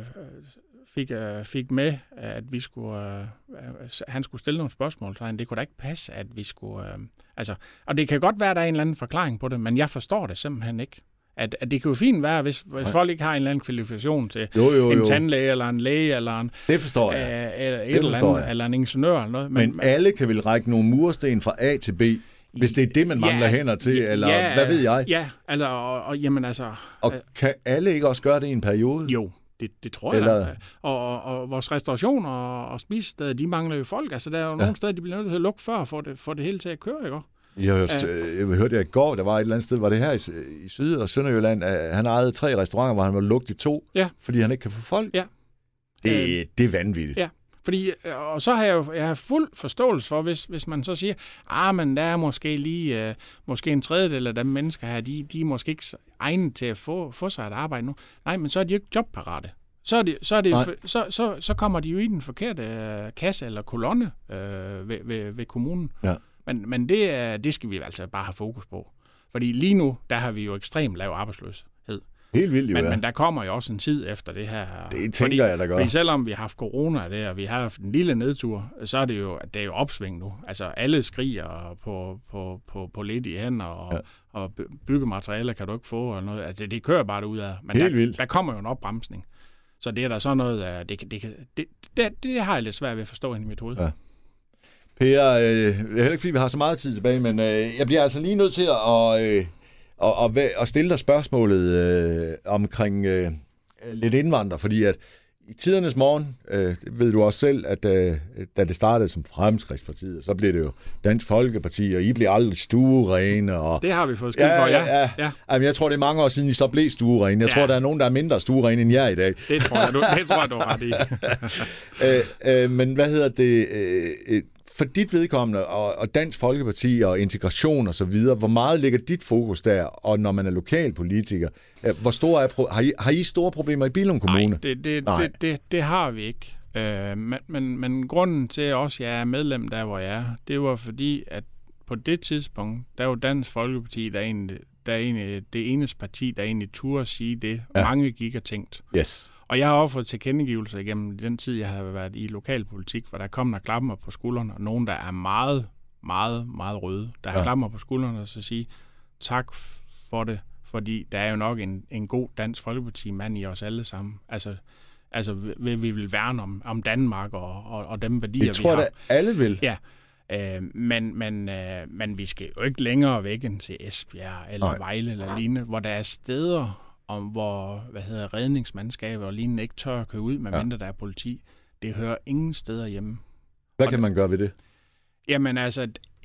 fik, øh, fik med, at vi skulle, øh, han skulle stille nogle spørgsmål. Så det kunne da ikke passe, at vi skulle... Øh, altså, og det kan godt være, at der er en eller anden forklaring på det, men jeg forstår det simpelthen ikke. At, at det kan jo fint være, hvis, hvis folk ikke har en eller anden kvalifikation til jo, jo, en jo. tandlæge, eller en læge, eller en, det forstår jeg. Øh, eller, et det eller, andet, eller en ingeniør. Eller noget. Men, men alle kan vel række nogle mursten fra A til B, hvis det er det, man mangler ja, hænder til, ja, eller ja, hvad ved jeg? Ja, altså, og, og jamen altså... Og kan alle ikke også gøre det i en periode? Jo, det, det tror jeg eller... og, og, og vores restaurationer og, og spisesteder, de mangler jo folk. Altså, der er jo ja. nogle steder, de bliver nødt til at lukke før, for det, for det hele til at køre, ikke? Jeg hørte, ja. jeg hørte jeg i går, der var et eller andet sted, var det her i, i Syd- og Sønderjylland, at han ejede tre restauranter, hvor han var lukket i to, ja. fordi han ikke kan få folk. Ja. Det, det er vanvittigt. Ja, fordi, og så har jeg jo jeg har fuld forståelse for, hvis, hvis man så siger, ah, men der er måske lige, uh, måske en tredjedel af de mennesker her, de, de er måske ikke egnet til at få, få sig et arbejde nu. Nej, men så er de jo ikke jobparate. Så, er det, så, er det, så, så, så kommer de jo i den forkerte uh, kasse eller kolonne uh, ved, ved, ved kommunen. Ja. Men, men det, det skal vi altså bare have fokus på. Fordi lige nu, der har vi jo ekstremt lav arbejdsløshed. Helt vildt jo, men, ja. men der kommer jo også en tid efter det her. Det tænker fordi, jeg, der gør. Fordi selvom vi har haft corona der, og vi har haft en lille nedtur, så er det jo, det er jo opsving nu. Altså alle skriger på, på, på, på ledige hænder, og, ja. og byggematerialer kan du ikke få. Og noget. Altså, det kører bare derud af. Men Helt der, vildt. der kommer jo en opbremsning. Så det er der sådan noget, det, det, det, det, det har jeg lidt svært ved at forstå ind i mit hoved. Ja. Per, øh, det er heller ikke fordi, vi har så meget tid tilbage, men øh, jeg bliver altså lige nødt til at, øh, at, at, at stille dig spørgsmålet øh, omkring øh, lidt indvandrer, fordi at i tidernes morgen, øh, ved du også selv, at øh, da det startede som Fremskridtspartiet, så blev det jo Dansk Folkeparti, og I blev aldrig stuerene. Og det har vi fået skidt for, ja. ja, ja. ja. Jamen, jeg tror, det er mange år siden, I så blev stuerene. Jeg ja. tror, der er nogen, der er mindre stuerene end jer i dag. Det tror jeg, du, det tror jeg, du er ret i. øh, øh, men hvad hedder det... Øh, for dit vedkommende, og, og Dansk Folkeparti og integration og så videre, hvor meget ligger dit fokus der, og når man er lokalpolitiker, hvor store er pro- har, I, har I store problemer i Billund Kommune? Nej, det, det, Nej. det, det, det har vi ikke. Øh, men, men, men grunden til, at også jeg er medlem der, hvor jeg er, det var fordi, at på det tidspunkt, der var Dansk Folkeparti, der er egentlig, der er egentlig det eneste parti, der egentlig turde sige det, ja. mange gik og tænkt. Yes. Og jeg har også fået tilkendegivelser igennem den tid, jeg har været i lokalpolitik, hvor der kommer og klapper mig på skuldrene, og nogen, der er meget, meget, meget røde, der har ja. klapper mig på skuldrene og så sige tak for det, fordi der er jo nok en, en god Dansk Folkeparti-mand i os alle sammen. Altså, altså vi, vi vil værne om, om Danmark og, og, og dem værdier, jeg tror, vi har. Jeg tror, at alle vil. Ja, øh, men, men, øh, men vi skal jo ikke længere væk end til Esbjerg eller Nej. Vejle eller lignende, hvor der er steder, om hvor hvad hedder, redningsmandskaber og lignende ikke tør at køre ud, medmindre ja. der er politi. Det hører ingen steder hjemme. Hvad og kan man gøre ved det? Jamen altså,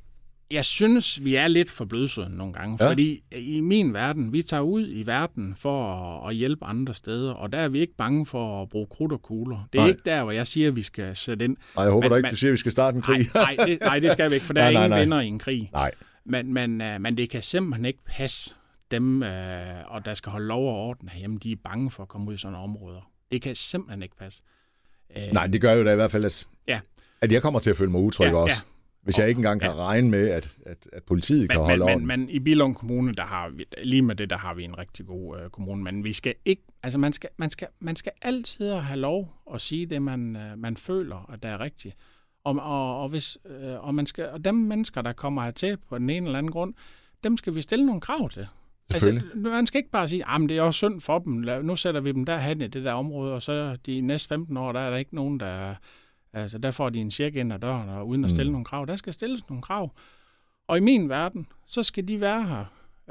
Jeg synes, vi er lidt for blødsødende nogle gange, ja. Fordi i min verden, vi tager ud i verden for at, at hjælpe andre steder, og der er vi ikke bange for at bruge krudt og kugler. Det er nej. Ikke der, hvor jeg siger, at vi skal sætte ind. Nej, jeg håber men, da ikke, man, du siger, at vi skal starte en krig. Nej, nej, det, nej det skal vi ikke, for der nej, er ingen nej, nej. Vinder i en krig. Nej. Men, men, uh, men det kan simpelthen ikke passe dem, uh, og der skal holde lov og orden herhjemme, de er bange for at komme ud i sådan områder. Det kan simpelthen ikke passe. Uh, nej, det gør jo da i hvert fald, at, ja. at jeg kommer til at føle mig utryg ja, også. Ja. Hvis jeg ikke engang kan ja. regne med, at, at, at politiet men, kan holde men, orden. Men, men i Billund Kommune, der har vi, lige med det, der har vi en rigtig god øh, kommune. Men vi skal ikke, altså man skal, man skal, man skal altid have lov at sige det, man, øh, man føler, at det er rigtigt. Og, og, og, hvis, øh, og, man skal, og dem mennesker, der kommer hertil på den ene eller anden grund, dem skal vi stille nogle krav til. Altså, man skal ikke bare sige, at det er også synd for dem. Nu sætter vi dem derhen i det der område, og så de næste femten år, der er der ikke nogen, der... Altså, der får de en check ind ad døren, og uden at stille mm. nogle krav. Der skal stilles nogle krav. Og i min verden, så skal de være her,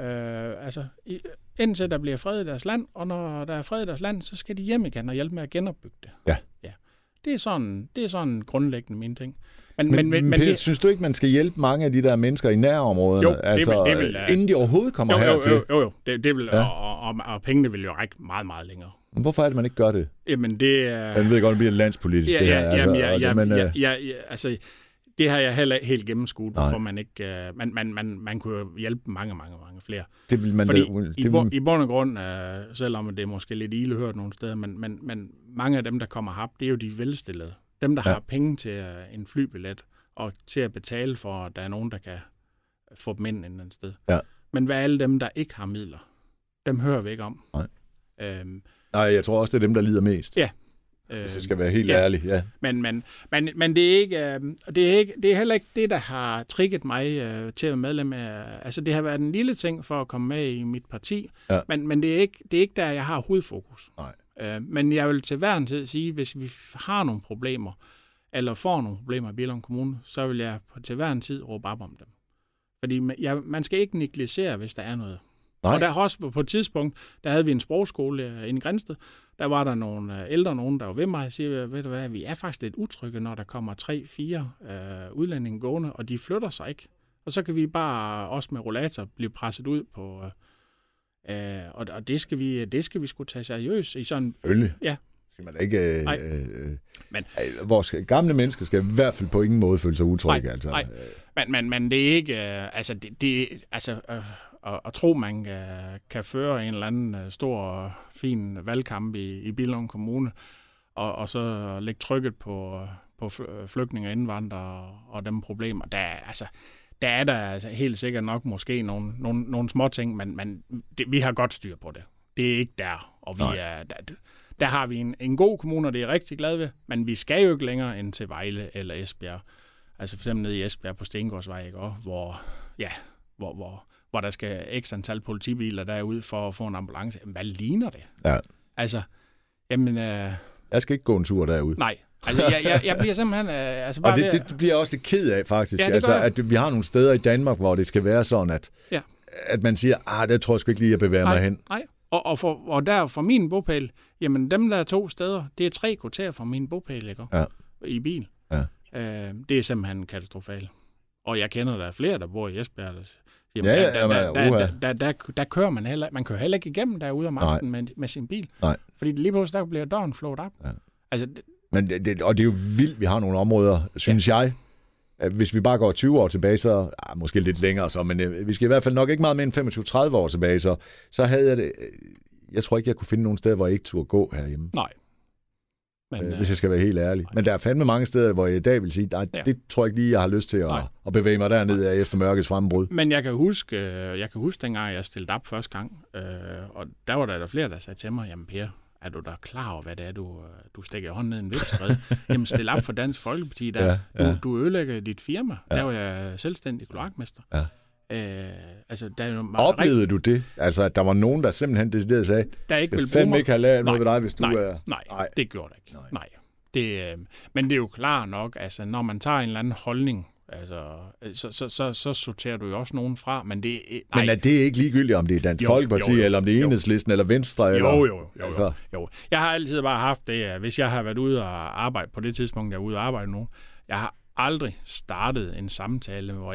øh, altså, i, indtil der bliver fred i deres land, og når der er fred i deres land, så skal de hjem igen og hjælpe med at genopbygge det. Ja. ja. Det er sådan, det er sådan grundlæggende mine ting. Men, men, men, men Peter, det, synes du ikke, man skal hjælpe mange af de der mennesker i nærområderne? Jo, altså, det vil, det vil, inden de overhovedet kommer jo, jo, hertil? Jo, jo, jo. Det, det vil, ja. og, og, og pengene vil jo række meget, meget længere. Hvorfor er det, man ikke gør det? Jamen, det er... Jeg ved godt, det bliver landspolitisk, ja, det her. Ja, altså, jamen, ja, ja, det, men, ja, ja, ja, altså, det har jeg heller helt gennemskuet, hvorfor man ikke... Uh, man, man, man, man kunne jo hjælpe mange, mange, mange flere. Det vil man... Fordi det, i, det bund, i bund og grund, uh, selvom det er måske lidt ilehørt nogle steder, men, men, men mange af dem, der kommer herop, det er jo de velstillede. Dem, der ja. har penge til uh, en flybillet, og til at betale for, at der er nogen, der kan få dem ind et eller andet sted. Ja. Men hvad er alle dem, der ikke har midler? Dem hører vi ikke om. Nej. Øhm, Nej, jeg tror også, det er dem, der lider mest. Ja. Hvis jeg skal være helt ja. ærlig, ja. Men, men, men, men det, er ikke, øh, det, er ikke, det er heller ikke det, der har trigget mig øh, til at være medlem af... Altså, det har været en lille ting for at komme med i mit parti, ja. men, men det, er ikke, det er ikke der, jeg har hovedfokus. Nej. Øh, men jeg vil til hver en tid sige, hvis vi har nogle problemer, eller får nogle problemer i Billund Kommune, så vil jeg på til hver en tid råbe op om dem. Fordi man, jeg, man skal ikke negligere, hvis der er noget. Nej. Og der også på et tidspunkt, der havde vi en sprogskole inde i Grænsted. Der var der nogle ældre nogen, der var ved mig og siger, ved du hvad, vi er faktisk lidt utrygge, når der kommer tre, fire øh, udlændinge gående, og de flytter sig ikke. Og så kan vi bare også med rollator blive presset ud på... Øh, og og det, skal vi, det skal vi sgu tage seriøst i sådan... Ølle. Ja. Skal man ikke... Øh, nej. Øh, men, vores gamle mennesker skal i hvert fald på ingen måde føle sig utrygge. Nej, altså. nej. Men, men, men det er ikke... Øh, altså, det, det, altså øh, at, at tro, man kan, kan føre en eller anden øh, stor, fin valgkamp i, i Billund Kommune, og, og så lægge trykket på, på flygtninge og indvandrere og dem problemer. Der, altså, der er der altså helt sikkert nok måske nogle, nogle, nogle små ting, men, men det, vi har godt styr på det. Det er ikke der, og vi nej. er... Der, Der har vi en, en god kommune, og det er jeg rigtig glad ved, men vi skal jo ikke længere end til Vejle eller Esbjerg. Altså for eksempel nede i Esbjerg på Stengårdsvej, ikke? Og hvor, ja, hvor, hvor, hvor der skal x antal politibiler derud for at få en ambulance. Hvad ligner det? Ja. Altså, jamen... Øh, jeg skal ikke gå en tur derud. Nej. Altså, jeg, jeg, jeg bliver simpelthen... Øh, altså bare og det, det, det bliver jeg også lidt ked af, faktisk. Ja, altså, at vi har nogle steder i Danmark, hvor det skal være sådan, at, ja. at man siger, ah, der tror jeg sgu ikke lige, at jeg bevæger nej, mig hen. Nej, Og, og, for, og der fra min bopæl, jamen dem der er to steder, det er tre kvarter fra min bopæl, ikke? Ja. I bil. Ja. Øh, det er simpelthen katastrofalt. Og jeg kender, der er flere, der bor i Esbjerg. Der, jamen, ja, ja, der, der, der, der, der, der, der kører man heller, man kører heller ikke igennem derude om aftenen med, med sin bil. Nej. Fordi lige pludselig der bliver døren flået op. Ja. Altså, det, Men det, og det er jo vildt, vi har nogle områder, synes ja. jeg. Hvis vi bare går tyve år tilbage, så ah, måske lidt længere så, men øh, vi skal i hvert fald nok ikke meget mere end femogtyve til tredive år tilbage, så, så havde jeg det... Jeg tror ikke, jeg kunne finde nogen steder, hvor jeg ikke turde gå herhjemme. Nej. Men, øh, hvis jeg skal være helt ærlig. Nej. Men der er fandme mange steder, hvor jeg i dag vil sige, nej, ja. det tror jeg ikke lige, jeg har lyst til at, at bevæge mig derned af efter mørkets frembrud. Men jeg kan huske, jeg kan huske dengang, jeg stillede op første gang, øh, og der var der, der flere, der sagde til mig, jamen Per, er du da klar over, hvad det er, du, du stikker hånden ned i en vipserede? Jamen stil op for Dansk Folkeparti, der. Ja, ja. Du, du ødelægger dit firma. Ja. Der var jeg selvstændig kloakmester. Ja. Øh, altså, der er jo Oplevede rigt... du det? Altså, at der var nogen, der simpelthen decideret sagde, der ikke vil fandme ikke have lavet noget ved dig, hvis nej, du er... Nej, nej, det gjorde det ikke. Nej. nej. Det, øh, men det er jo klart nok, altså, når man tager en eller anden holdning, altså, så, så, så, så sorterer du jo også nogen fra, men det... Nej. Men er det ikke ligegyldigt, om det er Dansk jo, Folkeparti, jo, jo, eller om det er Enhedslisten, eller Venstre? Jo, eller... jo, jo, jo, altså. jo. Jeg har altid bare haft det, at hvis jeg har været ude og arbejde, på det tidspunkt, jeg er ude og arbejde nu, jeg har aldrig startet en samtale, hvor jeg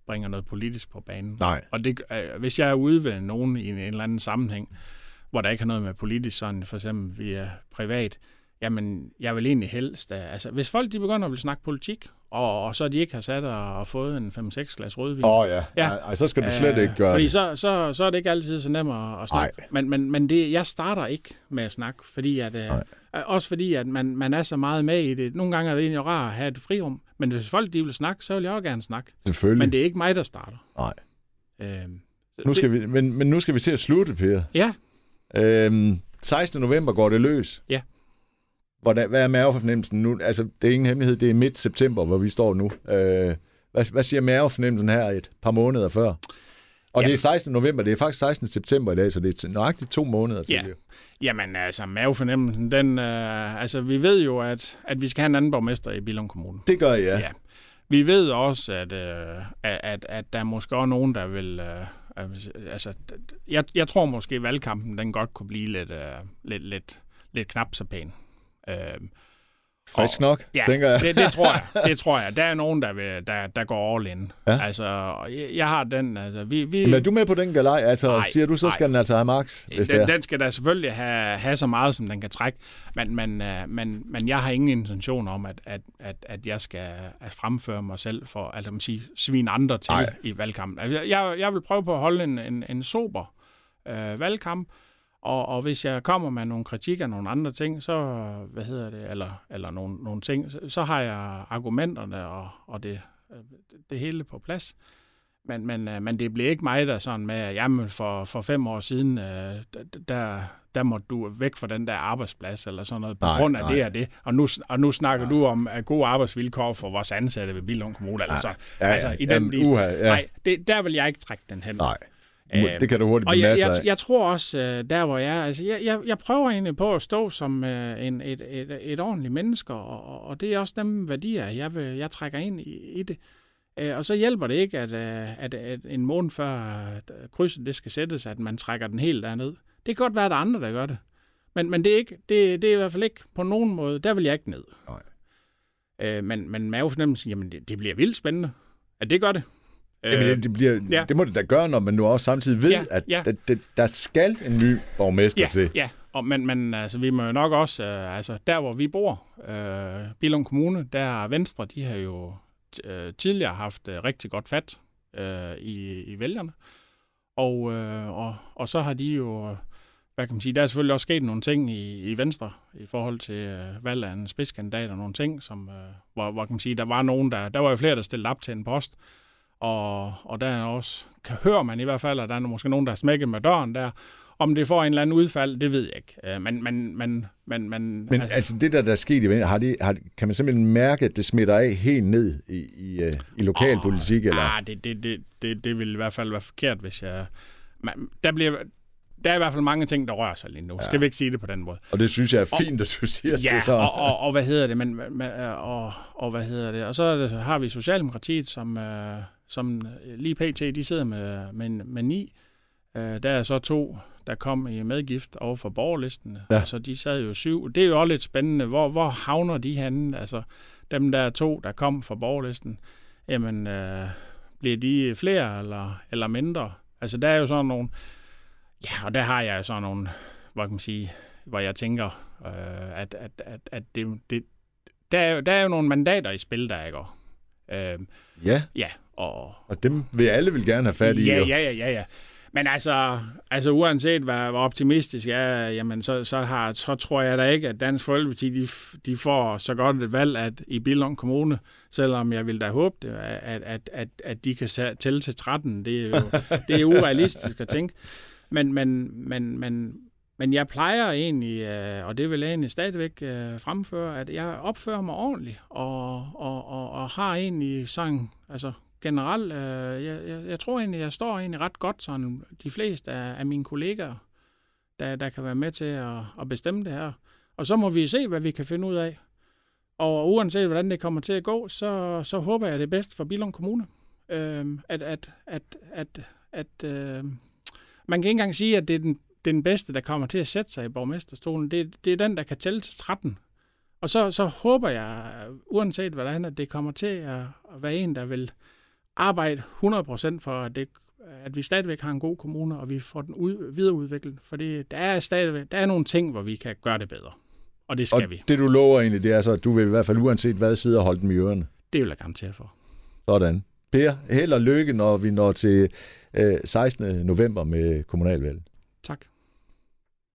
bringer noget politisk på banen. Nej. Og det, øh, hvis jeg er ude ved nogen i en, en eller anden sammenhæng, hvor der ikke har noget med politisk, sådan for eksempel via privat, jamen, jeg vil egentlig helst... Uh, altså, hvis folk de begynder at vil snakke politik, og, og så de ikke har sat og, og fået en fem seks glas rødvin... Åh oh, ja, ja. Ej, så skal du slet uh, ikke gøre fordi det. Fordi så, så, så er det ikke altid så nemt at, at snakke. Men, men, men det, jeg starter ikke med at snakke, fordi at... Uh, også fordi, at man, man er så meget med i det. Nogle gange er det egentlig rart at have et frirum, men hvis folk de vil snakke, så vil jeg også gerne snakke. Selvfølgelig. Men det er ikke mig, der starter. Nej. Øhm, nu skal det, vi, men, men nu skal vi til at slutte, Per. Ja. Øhm, sekstende november går det løs. Ja. Hvordan, hvad er mavefornemmelsen nu? Altså, det er ingen hemmelighed, det er midt september, hvor vi står nu. Øh, hvad, hvad siger mavefornemmelsen her et par måneder før? Og ja. Det er sekstende november, det er faktisk sekstende september i dag, så det er nøjagtigt to måneder til ja. det. Jamen altså, mavefornemmelsen, den, øh, altså vi ved jo, at, at vi skal have en anden borgmester i Billund Kommune. Det gør jeg, ja. ja. Vi ved også, at, øh, at, at, at der er måske også nogen, der vil... Øh, altså, jeg, jeg tror måske, at valgkampen, den godt kunne blive lidt, øh, lidt, lidt, lidt knap så pæn. Øh, Frisk nok, ja, tænker jeg. det, det tror jeg. Det tror jeg. Der er nogen, der, vil, der, der går all in. Ja. Altså, jeg, jeg har den... Altså, vi, vi... Men er du med på den galej? Altså, nej, siger du, så skal nej. den altså have max? Hvis den, det er. den skal da selvfølgelig have, have så meget, som den kan trække. Men, men, men, men jeg har ingen intention om, at, at, at, at jeg skal fremføre mig selv for altså, man siger, svine andre til nej. i valgkampen. Altså, jeg, jeg vil prøve på at holde en, en, en sober øh, valgkamp. Og, og hvis jeg kommer med nogle kritik af nogle andre ting, så, hvad hedder det, eller, eller nogle, nogle ting, så, så har jeg argumenterne og, og det, det hele på plads. Men, men, men det bliver ikke mig, der sådan med, jamen for, for fem år siden, der, der må du væk fra den der arbejdsplads, eller sådan noget, på nej, grund af nej. det og det. Og nu, og nu snakker nej. du om gode arbejdsvilkår for vores ansatte ved Billund Kommune. Altså, ja, ja, altså, i den jamen, uha, ja. Nej, det, der vil jeg ikke trække den hen. Nej. Det kan du hurtigt blive jeg, masser af. Jeg, jeg tror også, der hvor jeg er, altså jeg, jeg, jeg prøver egentlig på at stå som en, et, et, et ordentligt menneske, og, og det er også dem værdier, jeg, vil, jeg trækker ind i, i det. Og så hjælper det ikke, at, at, at en måned før krydset det skal sættes, at man trækker den helt derned. Det kan godt være, at der er andre, der gør det. Men, men det, er ikke, det, det er i hvert fald ikke på nogen måde, der vil jeg ikke ned. Nej. Men, men mavefornemmelsen, jamen det, det bliver vildt spændende. At det gør det. Jamen, det, bliver, ja. det må det da gøre, når man nu også samtidig ved, ja, at ja. Der, der, der skal en ny borgmester ja, til. Ja, og, men, men altså, vi må jo nok også, øh, altså der hvor vi bor, øh, Billund Kommune, der er Venstre, de har jo øh, tidligere haft øh, rigtig godt fat øh, i, i vælgerne. Og, øh, og, og så har de jo, hvad kan man sige, der er selvfølgelig også sket nogle ting i, i Venstre i forhold til øh, valg af en spidskandidat og nogle ting, som, øh, hvor, hvor kan man sige, der var nogen, der, der var jo flere, der stillede op til en post. Og, og der er også, kan høre man i hvert fald, at der er måske nogen, der har smækket med døren der. Om det får en eller anden udfald, det ved jeg ikke. Men, men, men, men, men, men altså, altså det der, der er sket i Venstre, har de, har, kan man simpelthen mærke, at det smitter af helt ned i, i, i lokalpolitik? Oh, eller? Ah, det, det, det, det, det vil i hvert fald være forkert, hvis jeg... Man, der bliver... Der er i hvert fald mange ting, der rører sig lige nu. Ja. Skal vi ikke sige det på den måde? Og det synes jeg er fint, og, at du siger ja, det sådan. og, og, og hvad hedder det? Men, men, og, og hvad hedder det? Og så, det, så har vi Socialdemokratiet, som, øh, som lige pt. De sidder med, med, med ni. Øh, der er så to, der kom i medgift over for borgerlisten. Ja. Altså, de sad jo syv. Det er jo også lidt spændende. Hvor, hvor havner de henne? Altså, dem der to, der kom fra borgerlisten, jamen, øh, bliver de flere eller, eller mindre? Altså, der er jo sådan nogle... Ja, og der har jeg sådan nogle, hvad kan man sige, hvor jeg tænker, øh, at, at, at, at det, det, der, er jo, der er jo nogle mandater i spil, der er ikke. Øh, ja. Ja, og... Og dem vil alle vil gerne have fat i. Ja, ja, ja, ja, ja. Men altså, altså uanset hvad, hvor optimistisk jeg er, jamen så, så, har, så tror jeg da ikke, at Dansk Folkeparti, de, de får så godt et valg at, i Billund Kommune, selvom jeg vil da håbe det, at, at, at, at de kan tælle til tretten. Det er jo det er urealistisk at tænke. Men, men, men, men, men jeg plejer egentlig, øh, og det vil jeg egentlig stadigvæk øh, fremføre, at jeg opfører mig ordentligt, og, og, og, og har egentlig sådan, altså generelt, øh, jeg, jeg, jeg tror egentlig, jeg står egentlig ret godt, sådan de fleste af, af mine kollegaer, der, der kan være med til at, at bestemme det her. Og så må vi se, hvad vi kan finde ud af. Og uanset hvordan det kommer til at gå, så, så håber jeg det bedste for Billund Kommune. Øh, at, at, at, at, at øh, man kan ikke engang sige, at det er den, den bedste, der kommer til at sætte sig i borgmesterstolen. Det, det er den, der kan tælle til tretten. Og så, så håber jeg, uanset hvordan, at det kommer til at, at være en, der vil arbejde hundrede procent for, at, det, at vi stadigvæk har en god kommune, og vi får den ud, videreudviklet. Fordi der er stadigvæk der er nogle ting, hvor vi kan gøre det bedre. Og det skal og vi. det du lover egentlig, det er så, at du vil i hvert fald uanset hvad sidde og holde dem i ørerne. Det vil jeg garantere for. Sådan. Per, held og lykke, når vi når til øh, sekstende november med kommunalvalget. Tak.